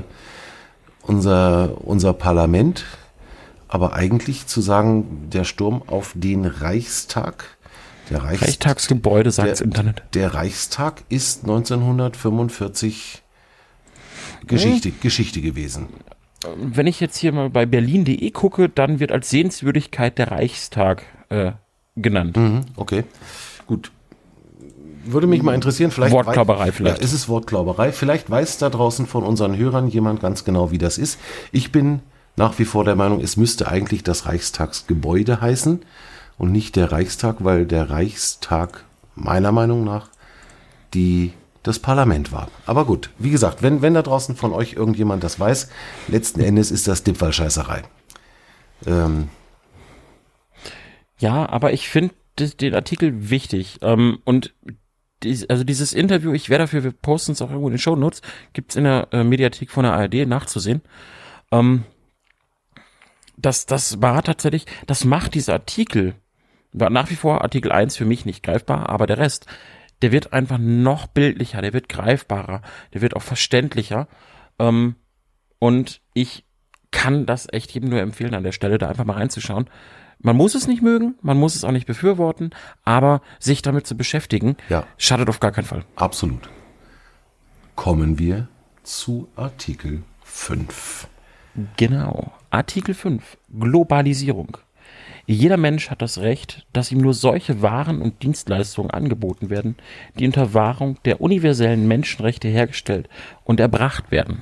Parlament. Aber eigentlich zu sagen, der Sturm auf den Reichstag, Reichstagsgebäude, sagt das Internet. Der Reichstag ist 1945 Geschichte gewesen. Wenn ich jetzt hier mal bei berlin.de gucke, dann wird als Sehenswürdigkeit der Reichstag genannt. Okay, gut. Würde mich mal interessieren. Vielleicht Wortklauberei vielleicht. Ja, ist es Wortklauberei. Vielleicht weiß da draußen von unseren Hörern jemand ganz genau, wie das ist. Ich bin nach wie vor der Meinung, es müsste eigentlich das Reichstagsgebäude heißen und nicht der Reichstag, weil der Reichstag meiner Meinung nach das Parlament war. Aber gut, wie gesagt, wenn da draußen von euch irgendjemand das weiß, letzten Endes ist das Dippfallscheißerei. Ja, aber ich finde den Artikel wichtig. Und dieses Interview, ich wäre dafür, wir posten es auch irgendwo in den Shownotes, gibt es in der Mediathek von der ARD nachzusehen. Das war tatsächlich, das macht dieser Artikel, war nach wie vor Artikel 1 für mich nicht greifbar, aber der Rest, der wird einfach noch bildlicher, der wird greifbarer, der wird auch verständlicher. Und ich kann das echt jedem nur empfehlen, an der Stelle da einfach mal reinzuschauen. Man muss es nicht mögen, man muss es auch nicht befürworten, aber sich damit zu beschäftigen, schadet auf gar keinen Fall. Absolut. Kommen wir zu Artikel 5. Genau. Artikel 5. Globalisierung. Jeder Mensch hat das Recht, dass ihm nur solche Waren und Dienstleistungen angeboten werden, die unter Wahrung der universellen Menschenrechte hergestellt und erbracht werden.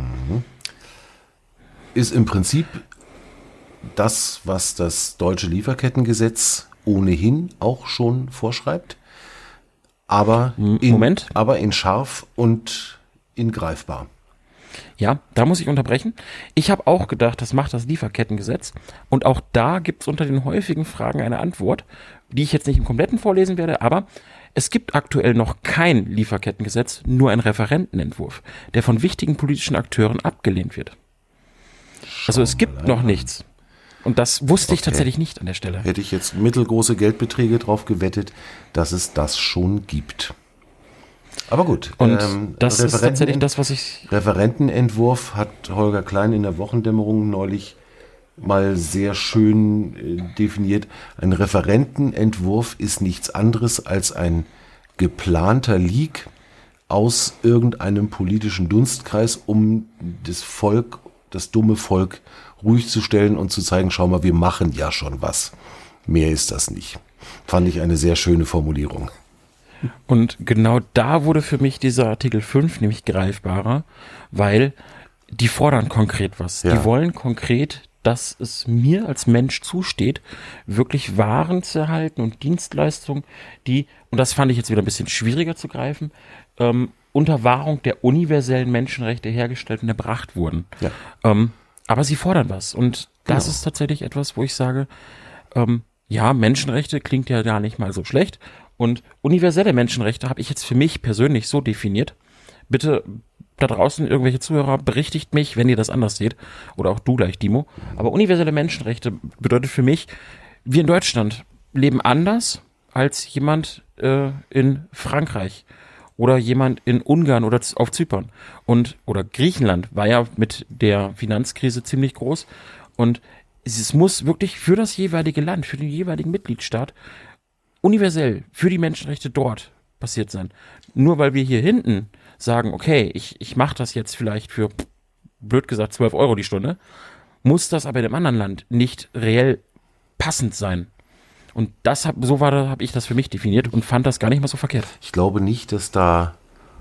Ist im Prinzip das, was das deutsche Lieferkettengesetz ohnehin auch schon vorschreibt, aber in scharf und in greifbar. Ja, da muss ich unterbrechen. Ich habe auch gedacht, das macht das Lieferkettengesetz. Und auch da gibt es unter den häufigen Fragen eine Antwort, die ich jetzt nicht im Kompletten vorlesen werde, aber es gibt aktuell noch kein Lieferkettengesetz, nur ein Referentenentwurf, der von wichtigen politischen Akteuren abgelehnt wird. Also es gibt noch nichts. Und das wusste ich tatsächlich nicht an der Stelle. Hätte ich jetzt mittelgroße Geldbeträge drauf gewettet, dass es das schon gibt. Aber gut. Und das ist tatsächlich das, was ich... Referentenentwurf hat Holger Klein in der Wochendämmerung neulich mal sehr schön definiert. Ein Referentenentwurf ist nichts anderes als ein geplanter Leak aus irgendeinem politischen Dunstkreis, um das dumme Volk ruhig zu stellen und zu zeigen, schau mal, wir machen ja schon was. Mehr ist das nicht. Fand ich eine sehr schöne Formulierung. Und genau da wurde für mich dieser Artikel 5 nämlich greifbarer, weil die fordern konkret was. Ja. Die wollen konkret, dass es mir als Mensch zusteht, wirklich Waren zu erhalten und Dienstleistungen, die, und das fand ich jetzt wieder ein bisschen schwieriger zu greifen, unter Wahrung der universellen Menschenrechte hergestellt und erbracht wurden. Ja. Aber sie fordern was. Und das ist tatsächlich etwas, wo ich sage, ja, Menschenrechte klingt ja gar nicht mal so schlecht. Und universelle Menschenrechte habe ich jetzt für mich persönlich so definiert. Bitte da draußen irgendwelche Zuhörer, berichtigt mich, wenn ihr das anders seht. Oder auch du gleich, Dimo. Aber universelle Menschenrechte bedeutet für mich, wir in Deutschland leben anders als jemand in Frankreich oder jemand in Ungarn oder auf Zypern. Oder Griechenland war ja mit der Finanzkrise ziemlich groß. Und es muss wirklich für das jeweilige Land, für den jeweiligen Mitgliedstaat universell für die Menschenrechte dort passiert sein. Nur weil wir hier hinten sagen, okay, ich mache das jetzt vielleicht für, blöd gesagt, 12 Euro die Stunde, muss das aber in einem anderen Land nicht reell passend sein. Und habe ich das für mich definiert und fand das gar nicht mal so verkehrt. Ich glaube nicht, dass da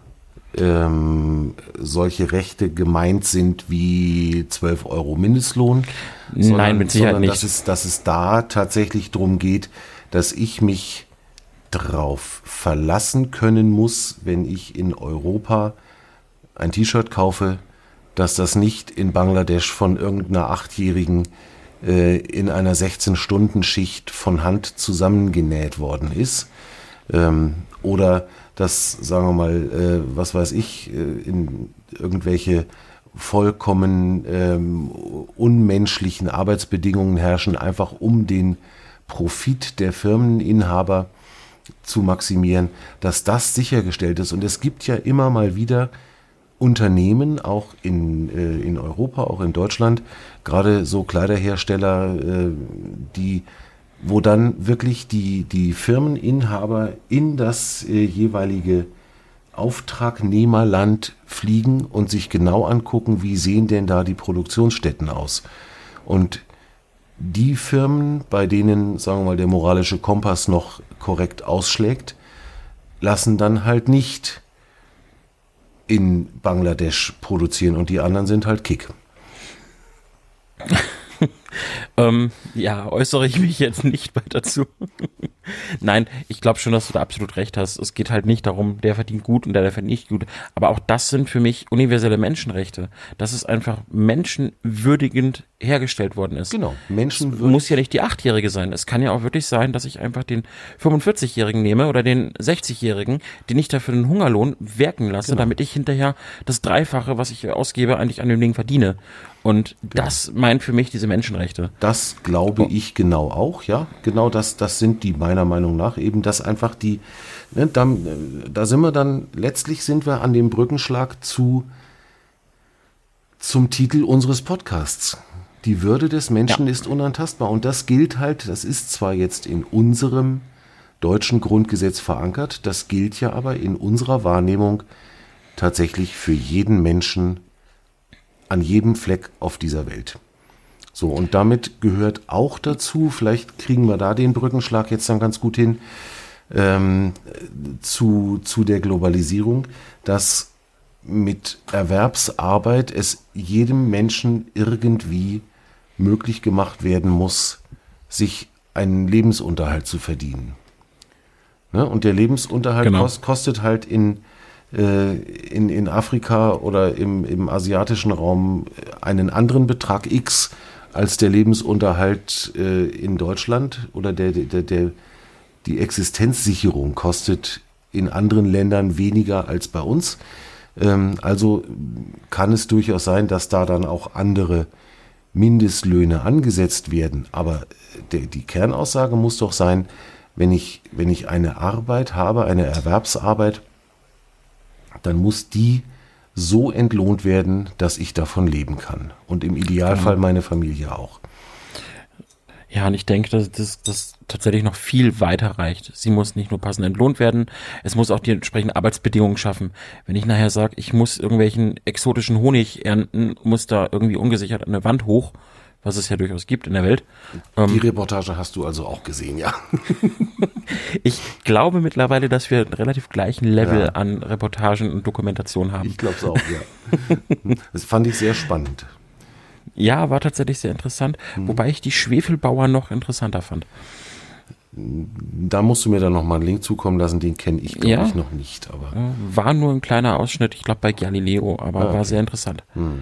solche Rechte gemeint sind wie 12 Euro Mindestlohn. Nein, mit Sicherheit nicht. Dass es da tatsächlich darum geht, dass ich mich drauf verlassen können muss, wenn ich in Europa ein T-Shirt kaufe, dass das nicht in Bangladesch von irgendeiner Achtjährigen in einer 16-Stunden-Schicht von Hand zusammengenäht worden ist. Oder dass, sagen wir mal, was weiß ich, in irgendwelche vollkommen unmenschlichen Arbeitsbedingungen herrschen, einfach um den Profit der Firmeninhaber zu maximieren, dass das sichergestellt ist. Und es gibt ja immer mal wieder Unternehmen, auch in Europa, auch in Deutschland, gerade so Kleiderhersteller, wo dann wirklich die Firmeninhaber in das jeweilige Auftragnehmerland fliegen und sich genau angucken, wie sehen denn da die Produktionsstätten aus. Und die Firmen, bei denen, sagen wir mal, der moralische Kompass noch korrekt ausschlägt, lassen dann halt nicht in Bangladesch produzieren und die anderen sind halt Kick. Ja, äußere ich mich jetzt nicht weiter zu. Nein, ich glaube schon, dass du da absolut recht hast. Es geht halt nicht darum, der verdient gut und der verdient nicht gut. Aber auch das sind für mich universelle Menschenrechte. Dass es einfach menschenwürdigend hergestellt worden ist. Genau, menschenwürdig. Es muss ja nicht die 8-Jährige sein. Es kann ja auch wirklich sein, dass ich einfach den 45-Jährigen nehme oder den 60-Jährigen, den ich dafür den Hungerlohn wirken lasse, genau, damit ich hinterher das Dreifache, was ich ausgebe, eigentlich an dem Ding verdiene. Und das meint für mich diese Menschenrechte. Das glaube ich genau auch, ja. Genau das sind die meiner Meinung nach eben, dass einfach die, ne, da sind wir dann, letztlich sind wir an dem Brückenschlag zum Titel unseres Podcasts. Die Würde des Menschen ist unantastbar. Und das gilt halt, das ist zwar jetzt in unserem deutschen Grundgesetz verankert, das gilt ja aber in unserer Wahrnehmung tatsächlich für jeden Menschen an jedem Fleck auf dieser Welt. So, und damit gehört auch dazu, vielleicht kriegen wir da den Brückenschlag jetzt dann ganz gut hin, zu der Globalisierung, dass mit Erwerbsarbeit es jedem Menschen irgendwie möglich gemacht werden muss, sich einen Lebensunterhalt zu verdienen. Ne? Und der Lebensunterhalt kostet halt in Afrika oder im asiatischen Raum einen anderen Betrag X als der Lebensunterhalt in Deutschland, oder die Existenzsicherung kostet in anderen Ländern weniger als bei uns. Also kann es durchaus sein, dass da dann auch andere Mindestlöhne angesetzt werden. Aber die Kernaussage muss doch sein, wenn ich eine Arbeit habe, eine Erwerbsarbeit, dann muss die so entlohnt werden, dass ich davon leben kann. Und im Idealfall meine Familie auch. Ja, und ich denke, dass das tatsächlich noch viel weiter reicht. Sie muss nicht nur passend entlohnt werden, es muss auch die entsprechenden Arbeitsbedingungen schaffen. Wenn ich nachher sage, ich muss irgendwelchen exotischen Honig ernten, muss da irgendwie ungesichert an eine Wand hoch, was es ja durchaus gibt in der Welt. Die Reportage hast du also auch gesehen, ja. Ich glaube mittlerweile, dass wir einen relativ gleichen Level an Reportagen und Dokumentation haben. Ich glaube es auch, ja. Das fand ich sehr spannend. Ja, war tatsächlich sehr interessant, wobei ich die Schwefelbauer noch interessanter fand. Da musst du mir dann nochmal einen Link zukommen lassen, den kenne ich, glaube ich, noch nicht. Aber war nur ein kleiner Ausschnitt, ich glaube bei Galileo, aber war sehr interessant.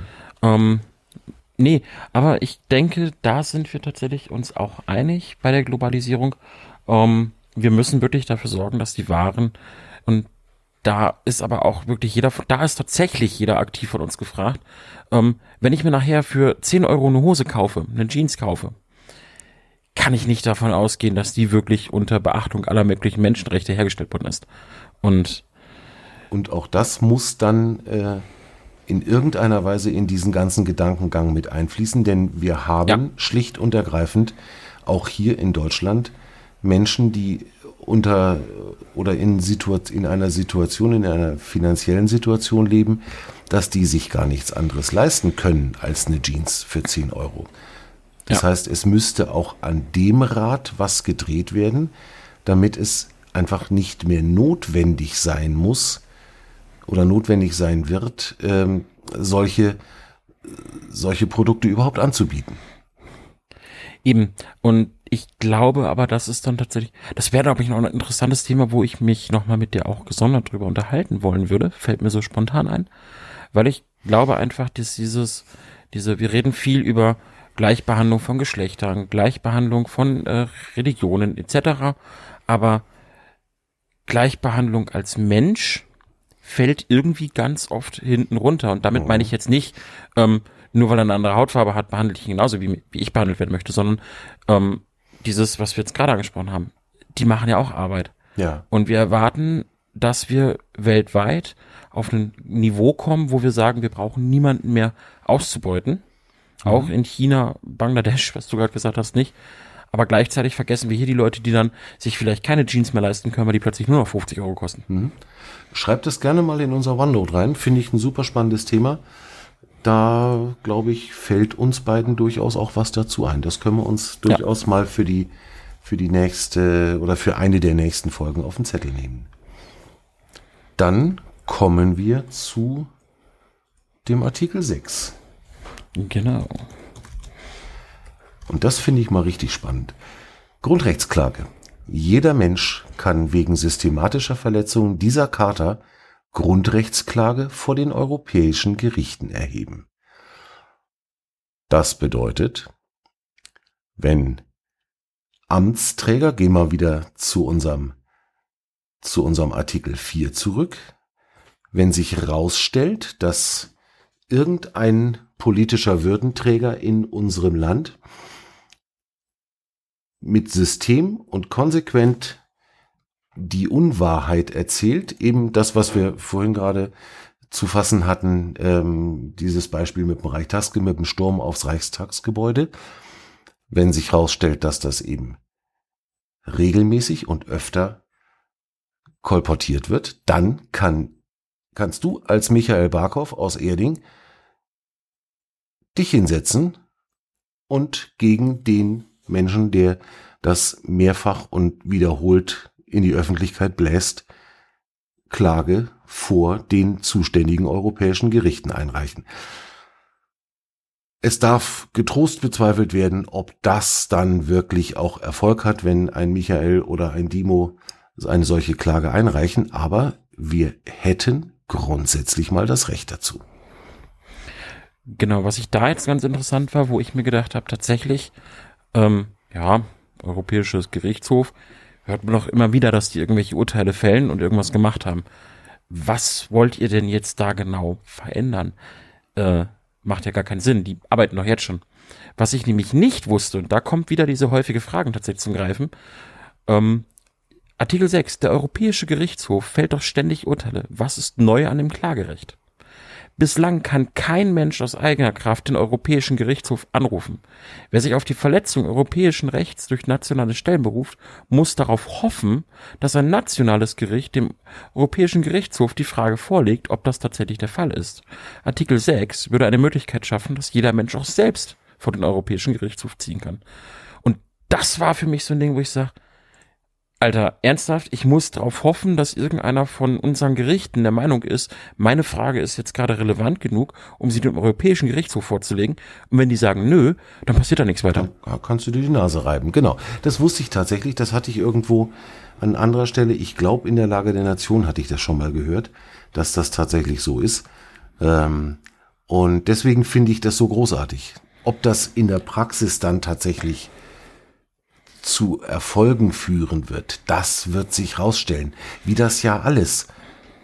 Nee, aber ich denke, da sind wir tatsächlich uns auch einig bei der Globalisierung. Wir müssen wirklich dafür sorgen, dass die Waren und da ist aber auch wirklich da ist tatsächlich jeder aktiv von uns gefragt. Wenn ich mir nachher für 10 Euro eine Hose kaufe, eine Jeans kaufe, kann ich nicht davon ausgehen, dass die wirklich unter Beachtung aller möglichen Menschenrechte hergestellt worden ist. Und auch das muss dann in irgendeiner Weise in diesen ganzen Gedankengang mit einfließen, denn wir haben schlicht und ergreifend auch hier in Deutschland Menschen, die in einer finanziellen Situation leben, dass die sich gar nichts anderes leisten können als eine Jeans für 10 Euro. Das heißt, es müsste auch an dem Rad was gedreht werden, damit es einfach nicht mehr notwendig sein muss oder notwendig sein wird, solche Produkte überhaupt anzubieten. Eben. Und ich glaube aber, das ist dann tatsächlich, das wäre, glaube ich, noch ein interessantes Thema, wo ich mich nochmal mit dir auch gesondert drüber unterhalten wollen würde. Fällt mir so spontan ein. Weil ich glaube einfach, dass wir reden viel über Gleichbehandlung von Geschlechtern, Gleichbehandlung von Religionen etc. Aber Gleichbehandlung als Mensch fällt irgendwie ganz oft hinten runter. Und damit meine ich jetzt nicht, nur weil er eine andere Hautfarbe hat, behandle ich ihn genauso, wie ich behandelt werden möchte, sondern dieses, was wir jetzt gerade angesprochen haben, die machen ja auch Arbeit. Ja. Und wir erwarten, dass wir weltweit auf ein Niveau kommen, wo wir sagen, wir brauchen niemanden mehr auszubeuten. Auch in China, Bangladesch, was du gerade gesagt hast, nicht. Aber gleichzeitig vergessen wir hier die Leute, die dann sich vielleicht keine Jeans mehr leisten können, weil die plötzlich nur noch 50 Euro kosten. Schreibt das gerne mal in unser OneNote rein. Finde ich ein super spannendes Thema. Da, glaube ich, fällt uns beiden durchaus auch was dazu ein. Das können wir uns durchaus mal für die nächste oder für eine der nächsten Folgen auf den Zettel nehmen. Dann kommen wir zu dem Artikel 6. Genau. Und das finde ich mal richtig spannend. Grundrechtsklage. Jeder Mensch kann wegen systematischer Verletzung dieser Charta Grundrechtsklage vor den europäischen Gerichten erheben. Das bedeutet, wenn Amtsträger, gehen wir wieder zu unserem Artikel 4 zurück, wenn sich herausstellt, dass irgendein politischer Würdenträger in unserem Land mit System und konsequent die Unwahrheit erzählt, eben das, was wir vorhin gerade zu fassen hatten, dieses Beispiel mit dem Sturm aufs Reichstagsgebäude, wenn sich herausstellt, dass das eben regelmäßig und öfter kolportiert wird, dann kannst du als Michael Barkow aus Erding dich hinsetzen und gegen den Menschen, der das mehrfach und wiederholt in die Öffentlichkeit bläst, Klage vor den zuständigen europäischen Gerichten einreichen. Es darf getrost bezweifelt werden, ob das dann wirklich auch Erfolg hat, wenn ein Michael oder ein Dimo eine solche Klage einreichen, aber wir hätten grundsätzlich mal das Recht dazu. Genau, was ich da jetzt ganz interessant war, wo ich mir gedacht habe, tatsächlich, Europäisches Gerichtshof, hört man doch immer wieder, dass die irgendwelche Urteile fällen und irgendwas gemacht haben. Was wollt ihr denn jetzt da genau verändern? Macht ja gar keinen Sinn, die arbeiten doch jetzt schon. Was ich nämlich nicht wusste, und da kommt wieder diese häufige Fragen tatsächlich zum Greifen, Artikel 6, der Europäische Gerichtshof fällt doch ständig Urteile. Was ist neu an dem Klagerecht? Bislang kann kein Mensch aus eigener Kraft den Europäischen Gerichtshof anrufen. Wer sich auf die Verletzung europäischen Rechts durch nationale Stellen beruft, muss darauf hoffen, dass ein nationales Gericht dem Europäischen Gerichtshof die Frage vorlegt, ob das tatsächlich der Fall ist. Artikel 6 würde eine Möglichkeit schaffen, dass jeder Mensch auch selbst vor den Europäischen Gerichtshof ziehen kann. Und das war für mich so ein Ding, wo ich sage, Alter, ernsthaft, ich muss darauf hoffen, dass irgendeiner von unseren Gerichten der Meinung ist, meine Frage ist jetzt gerade relevant genug, um sie dem Europäischen Gerichtshof vorzulegen. Und wenn die sagen, nö, dann passiert da nichts weiter. Dann kannst du dir die Nase reiben. Genau, das wusste ich tatsächlich, das hatte ich irgendwo an anderer Stelle, ich glaube in der Lage der Nation hatte ich das schon mal gehört, dass das tatsächlich so ist. Und deswegen finde ich das so großartig. Ob das in der Praxis dann tatsächlich zu Erfolgen führen wird, das wird sich rausstellen. Wie das ja alles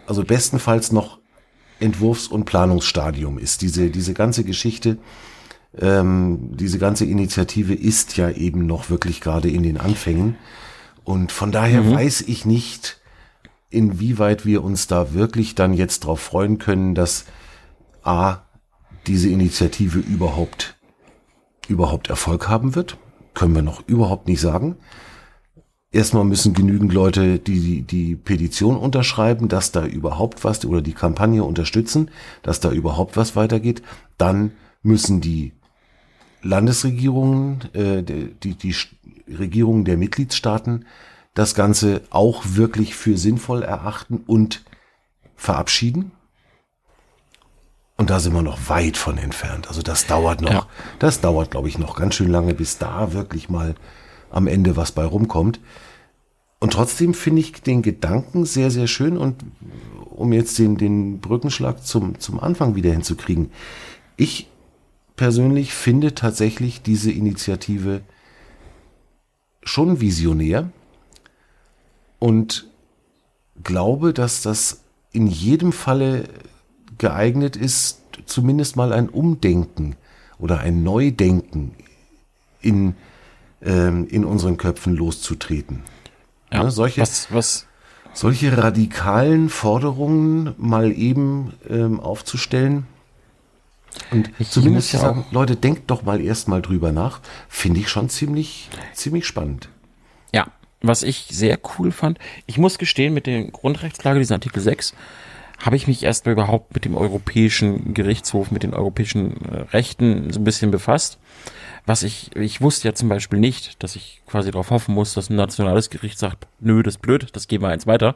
also bestenfalls noch Entwurfs- und Planungsstadium ist. Diese ganze Geschichte, diese ganze Initiative ist ja eben noch wirklich gerade in den Anfängen. Und von daher weiß ich nicht, inwieweit wir uns da wirklich dann jetzt drauf freuen können, dass diese Initiative überhaupt Erfolg haben wird. Können wir noch überhaupt nicht sagen. Erstmal müssen genügend Leute die Petition unterschreiben, dass da überhaupt was, oder die Kampagne unterstützen, dass da überhaupt was weitergeht. Dann müssen die Landesregierungen, die Regierungen der Mitgliedstaaten das Ganze auch wirklich für sinnvoll erachten und verabschieden. Und da sind wir noch weit von entfernt. Also das dauert noch. Ja. Das dauert, glaube ich, noch ganz schön lange, bis da wirklich mal am Ende was bei rumkommt. Und trotzdem finde ich den Gedanken sehr, sehr schön. Und um jetzt den Brückenschlag zum Anfang wieder hinzukriegen. Ich persönlich finde tatsächlich diese Initiative schon visionär und glaube, dass das in jedem Falle geeignet ist, zumindest mal ein Umdenken oder ein Neudenken in unseren Köpfen loszutreten. Ja, ne, solche radikalen Forderungen mal eben aufzustellen und zumindest zu sagen, Leute, denkt doch mal erst mal drüber nach, finde ich schon ziemlich spannend. Ja, was ich sehr cool fand, ich muss gestehen, mit der Grundrechtslage, diesen Artikel 6, habe ich mich erst mal überhaupt mit dem Europäischen Gerichtshof, mit den europäischen Rechten so ein bisschen befasst. Ich wusste ja zum Beispiel nicht, dass ich quasi darauf hoffen muss, dass ein nationales Gericht sagt, nö, das ist blöd, das gehen wir eins weiter.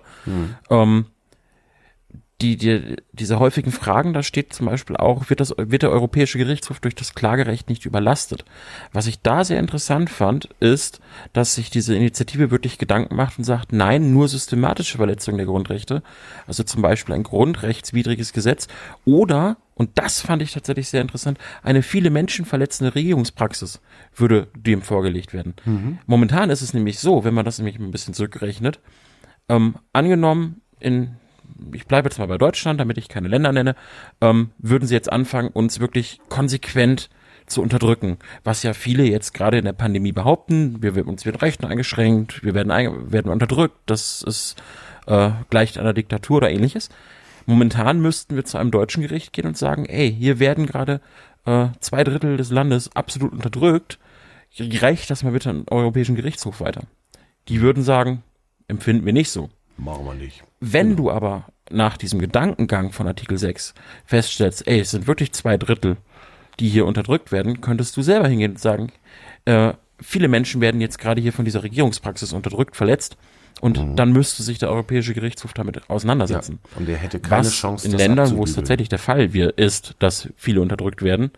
Diese häufigen Fragen, da steht zum Beispiel auch, wird der Europäische Gerichtshof durch das Klagerecht nicht überlastet? Was ich da sehr interessant fand, ist, dass sich diese Initiative wirklich Gedanken macht und sagt, nein, nur systematische Verletzungen der Grundrechte, also zum Beispiel ein grundrechtswidriges Gesetz oder, und das fand ich tatsächlich sehr interessant, eine viele Menschen verletzende Regierungspraxis würde dem vorgelegt werden. Momentan ist es nämlich so, wenn man das nämlich ein bisschen zurückrechnet, angenommen ich bleibe jetzt mal bei Deutschland, damit ich keine Länder nenne, würden sie jetzt anfangen, uns wirklich konsequent zu unterdrücken, was ja viele jetzt gerade in der Pandemie behaupten, uns werden Rechte eingeschränkt, wir werden unterdrückt, das ist gleich einer Diktatur oder ähnliches. Momentan müssten wir zu einem deutschen Gericht gehen und sagen, ey, hier werden gerade 2/3 des Landes absolut unterdrückt, reicht das mal bitte an den Europäischen Gerichtshof weiter. Die würden sagen, empfinden wir nicht so. Machen wir nicht. Wenn du aber nach diesem Gedankengang von Artikel 6 feststellst, ey, es sind wirklich 2/3, die hier unterdrückt werden, könntest du selber hingehen und sagen, viele Menschen werden jetzt gerade hier von dieser Regierungspraxis unterdrückt, verletzt und dann müsste sich der Europäische Gerichtshof damit auseinandersetzen. Ja, und er hätte keine Chance, in Ländern, wo es tatsächlich der Fall ist, dass viele unterdrückt werden,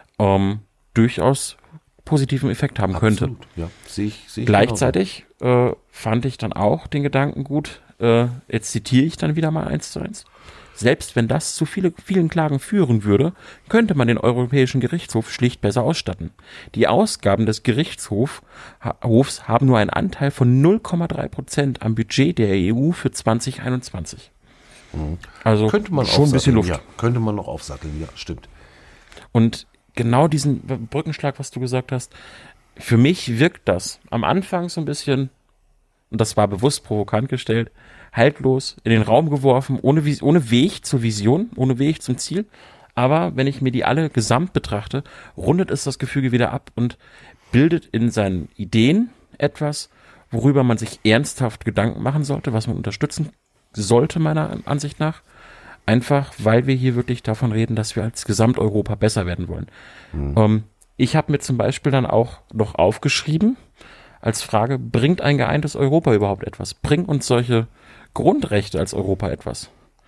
durchaus positiven Effekt haben könnte. Absolut, ja. Sehe ich Gleichzeitig fand ich dann auch den Gedanken gut, jetzt zitiere ich dann wieder mal 1:1. Selbst wenn das zu vielen Klagen führen würde, könnte man den Europäischen Gerichtshof schlicht besser ausstatten. Die Ausgaben des Gerichtshofs haben nur einen Anteil von 0,3% am Budget der EU für 2021. Also könnte man schon ein bisschen Luft. Ja, könnte man noch aufsatteln, ja, stimmt. Und genau diesen Brückenschlag, was du gesagt hast, für mich wirkt das am Anfang so ein bisschen, und das war bewusst provokant gestellt, haltlos in den Raum geworfen, ohne Weg zur Vision, ohne Weg zum Ziel. Aber wenn ich mir die alle gesamt betrachte, rundet es das Gefüge wieder ab und bildet in seinen Ideen etwas, worüber man sich ernsthaft Gedanken machen sollte, was man unterstützen sollte, meiner Ansicht nach. Einfach, weil wir hier wirklich davon reden, dass wir als Gesamteuropa besser werden wollen. Ich habe mir zum Beispiel dann auch noch aufgeschrieben, als Frage, bringt ein geeintes Europa überhaupt etwas? Bringen uns solche Grundrechte als Europa etwas?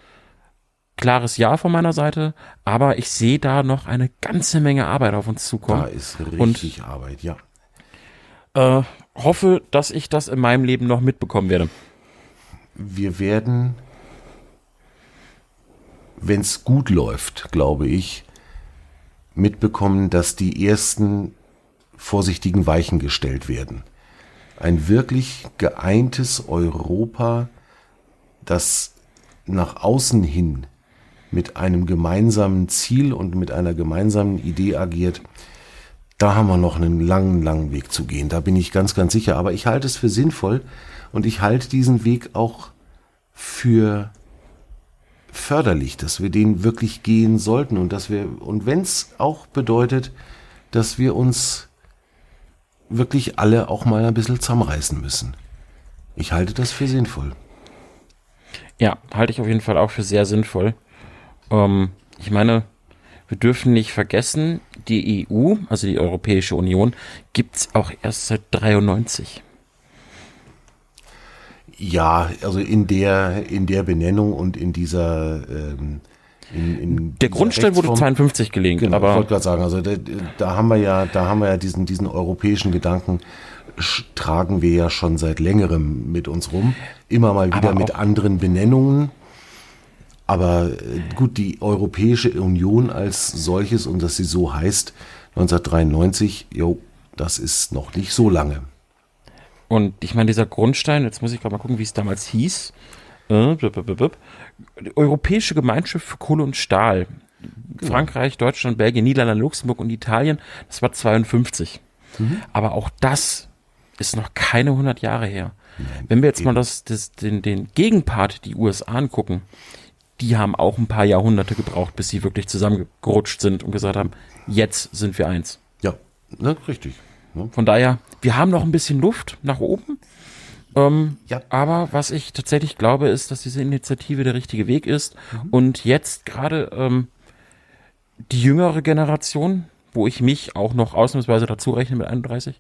Klares Ja von meiner Seite, aber ich sehe da noch eine ganze Menge Arbeit auf uns zukommen. Da ist richtig Arbeit, ja. Hoffe, dass ich das in meinem Leben noch mitbekommen werde. Wir werden, wenn es gut läuft, glaube ich, mitbekommen, dass die ersten vorsichtigen Weichen gestellt werden. Ein wirklich geeintes Europa, das nach außen hin mit einem gemeinsamen Ziel und mit einer gemeinsamen Idee agiert, da haben wir noch einen langen, langen Weg zu gehen. Da bin ich ganz, ganz sicher. Aber ich halte es für sinnvoll und ich halte diesen Weg auch für förderlich, dass wir den wirklich gehen sollten und wenn es auch bedeutet, dass wir uns wirklich alle auch mal ein bisschen zusammenreißen müssen. Ich halte das für sinnvoll. Ja, halte ich auf jeden Fall auch für sehr sinnvoll. Ich meine, wir dürfen nicht vergessen, die EU, also die Europäische Union, gibt es auch erst seit 1993. Ja, also in der Benennung und in dieser der Grundstein wurde 52 gelegt, genau, aber ich wollte gerade sagen, also da haben wir ja diesen europäischen Gedanken tragen wir ja schon seit längerem mit uns rum, immer mal wieder mit anderen Benennungen. Aber gut, die Europäische Union als solches und dass sie so heißt, 1993, das ist noch nicht so lange. Und ich meine, dieser Grundstein, jetzt muss ich gerade mal gucken, wie es damals hieß. Die Europäische Gemeinschaft für Kohle und Stahl. Genau. Frankreich, Deutschland, Belgien, Niederlande, Luxemburg und Italien, das war 52. Aber auch das ist noch keine 100 Jahre her. Nein, wenn wir jetzt mal den Gegenpart, die USA, angucken, die haben auch ein paar Jahrhunderte gebraucht, bis sie wirklich zusammengerutscht sind und gesagt haben, jetzt sind wir eins. Ja, ne, richtig. Ne? Von daher, wir haben noch ein bisschen Luft nach oben. Aber was ich tatsächlich glaube, ist, dass diese Initiative der richtige Weg ist. Und jetzt gerade die jüngere Generation, wo ich mich auch noch ausnahmsweise dazu rechne mit 31.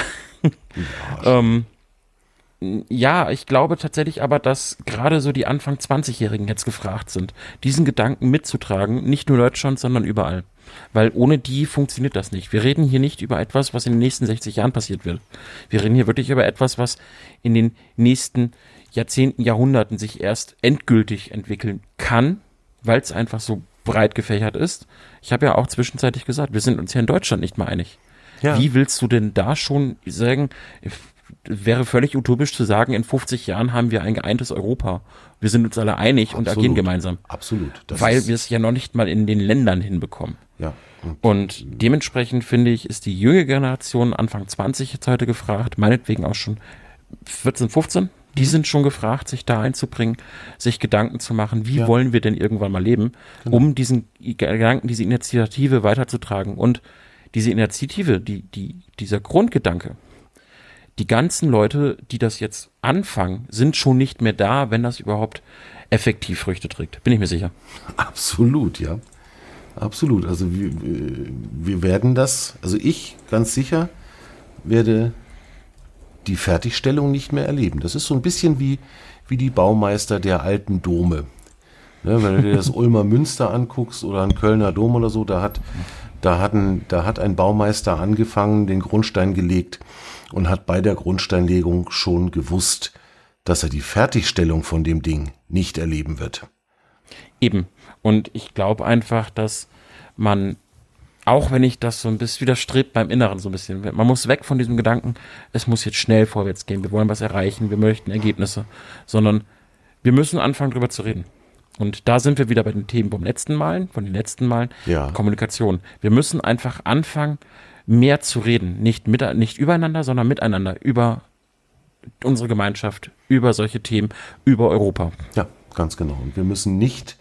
Ja, ich glaube tatsächlich aber, dass gerade so die Anfang 20-Jährigen jetzt gefragt sind, diesen Gedanken mitzutragen, nicht nur in Deutschland, sondern überall. Weil ohne die funktioniert das nicht. Wir reden hier nicht über etwas, was in den nächsten 60 Jahren passiert wird. Wir reden hier wirklich über etwas, was in den nächsten Jahrzehnten, Jahrhunderten sich erst endgültig entwickeln kann, weil es einfach so breit gefächert ist. Ich habe ja auch zwischenzeitlich gesagt, wir sind uns hier in Deutschland nicht mal einig. Ja. Wie willst du denn da schon sagen, wäre völlig utopisch zu sagen, in 50 Jahren haben wir ein geeintes Europa. Wir sind uns alle einig und agieren gemeinsam. Absolut. Weil wir es ja noch nicht mal in den Ländern hinbekommen. Ja. Und dementsprechend finde ich, ist die junge Generation Anfang 20 jetzt heute gefragt, meinetwegen auch schon 14, 15, die sind schon gefragt, sich da einzubringen, sich Gedanken zu machen, wie wollen wir denn irgendwann mal leben, um diesen Gedanken, diese Initiative weiterzutragen. Und diese Initiative, dieser Grundgedanke, die ganzen Leute, die das jetzt anfangen, sind schon nicht mehr da, wenn das überhaupt effektiv Früchte trägt. Bin ich mir sicher. Absolut, ja. Absolut. Also wir werden das, also ich ganz sicher werde die Fertigstellung nicht mehr erleben. Das ist so ein bisschen wie die Baumeister der alten Dome. Ne, wenn du dir das Ulmer Münster anguckst oder einen Kölner Dom oder so, da hat ein Baumeister angefangen, den Grundstein gelegt und hat bei der Grundsteinlegung schon gewusst, dass er die Fertigstellung von dem Ding nicht erleben wird. Eben. Und ich glaube einfach, dass man, auch wenn ich das so ein bisschen widerstrebt beim Inneren so ein bisschen, man muss weg von diesem Gedanken, es muss jetzt schnell vorwärts gehen, wir wollen was erreichen, wir möchten Ergebnisse, sondern wir müssen anfangen, drüber zu reden. Und da sind wir wieder bei den Themen von den letzten Malen, ja. Kommunikation. Wir müssen einfach anfangen, mehr zu reden, nicht übereinander, sondern miteinander, über unsere Gemeinschaft, über solche Themen, über Europa. Ja, ganz genau. Und wir müssen nicht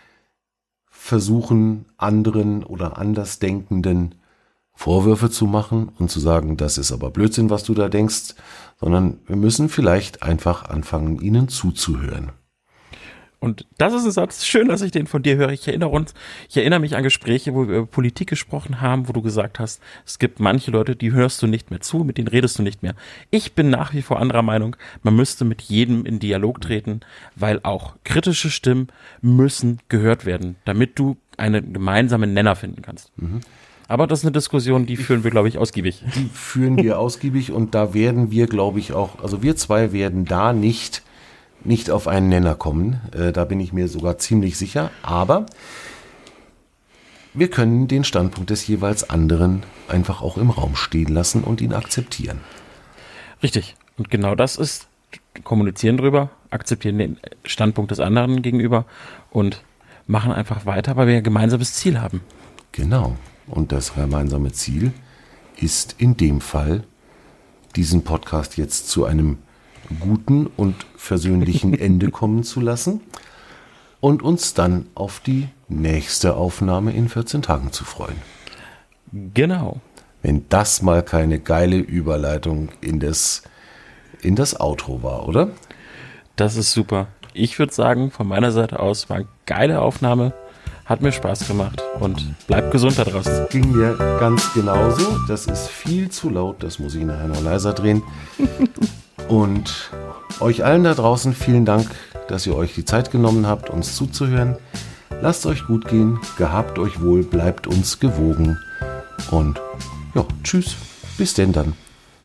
versuchen, anderen oder Andersdenkenden Vorwürfe zu machen und zu sagen, das ist aber Blödsinn, was du da denkst, sondern wir müssen vielleicht einfach anfangen, ihnen zuzuhören. Und das ist ein Satz, schön, dass ich den von dir höre. Ich erinnere mich an Gespräche, wo wir über Politik gesprochen haben, wo du gesagt hast, es gibt manche Leute, die hörst du nicht mehr zu, mit denen redest du nicht mehr. Ich bin nach wie vor anderer Meinung, man müsste mit jedem in Dialog treten, weil auch kritische Stimmen müssen gehört werden, damit du einen gemeinsamen Nenner finden kannst. Mhm. Aber das ist eine Diskussion, die führen wir, glaube ich, ausgiebig. Die führen wir ausgiebig und da werden wir, glaube ich, auch, also wir zwei werden da nicht auf einen Nenner kommen. Da bin ich mir sogar ziemlich sicher. Aber wir können den Standpunkt des jeweils anderen einfach auch im Raum stehen lassen und ihn akzeptieren. Richtig. Und genau das ist kommunizieren drüber, akzeptieren den Standpunkt des anderen gegenüber und machen einfach weiter, weil wir ein gemeinsames Ziel haben. Genau. Und das gemeinsame Ziel ist in dem Fall, diesen Podcast jetzt zu einem guten und versöhnlichen Ende kommen zu lassen und uns dann auf die nächste Aufnahme in 14 Tagen zu freuen. Genau. Wenn das mal keine geile Überleitung in das Outro war, oder? Das ist super. Ich würde sagen, von meiner Seite aus war eine geile Aufnahme. Hat mir Spaß gemacht und bleibt gesund da draußen. Ging mir ganz genauso. Das ist viel zu laut. Das muss ich nachher noch leiser drehen. Und euch allen da draußen vielen Dank, dass ihr euch die Zeit genommen habt, uns zuzuhören. Lasst euch gut gehen. Gehabt euch wohl. Bleibt uns gewogen. Und ja, tschüss. Bis denn dann.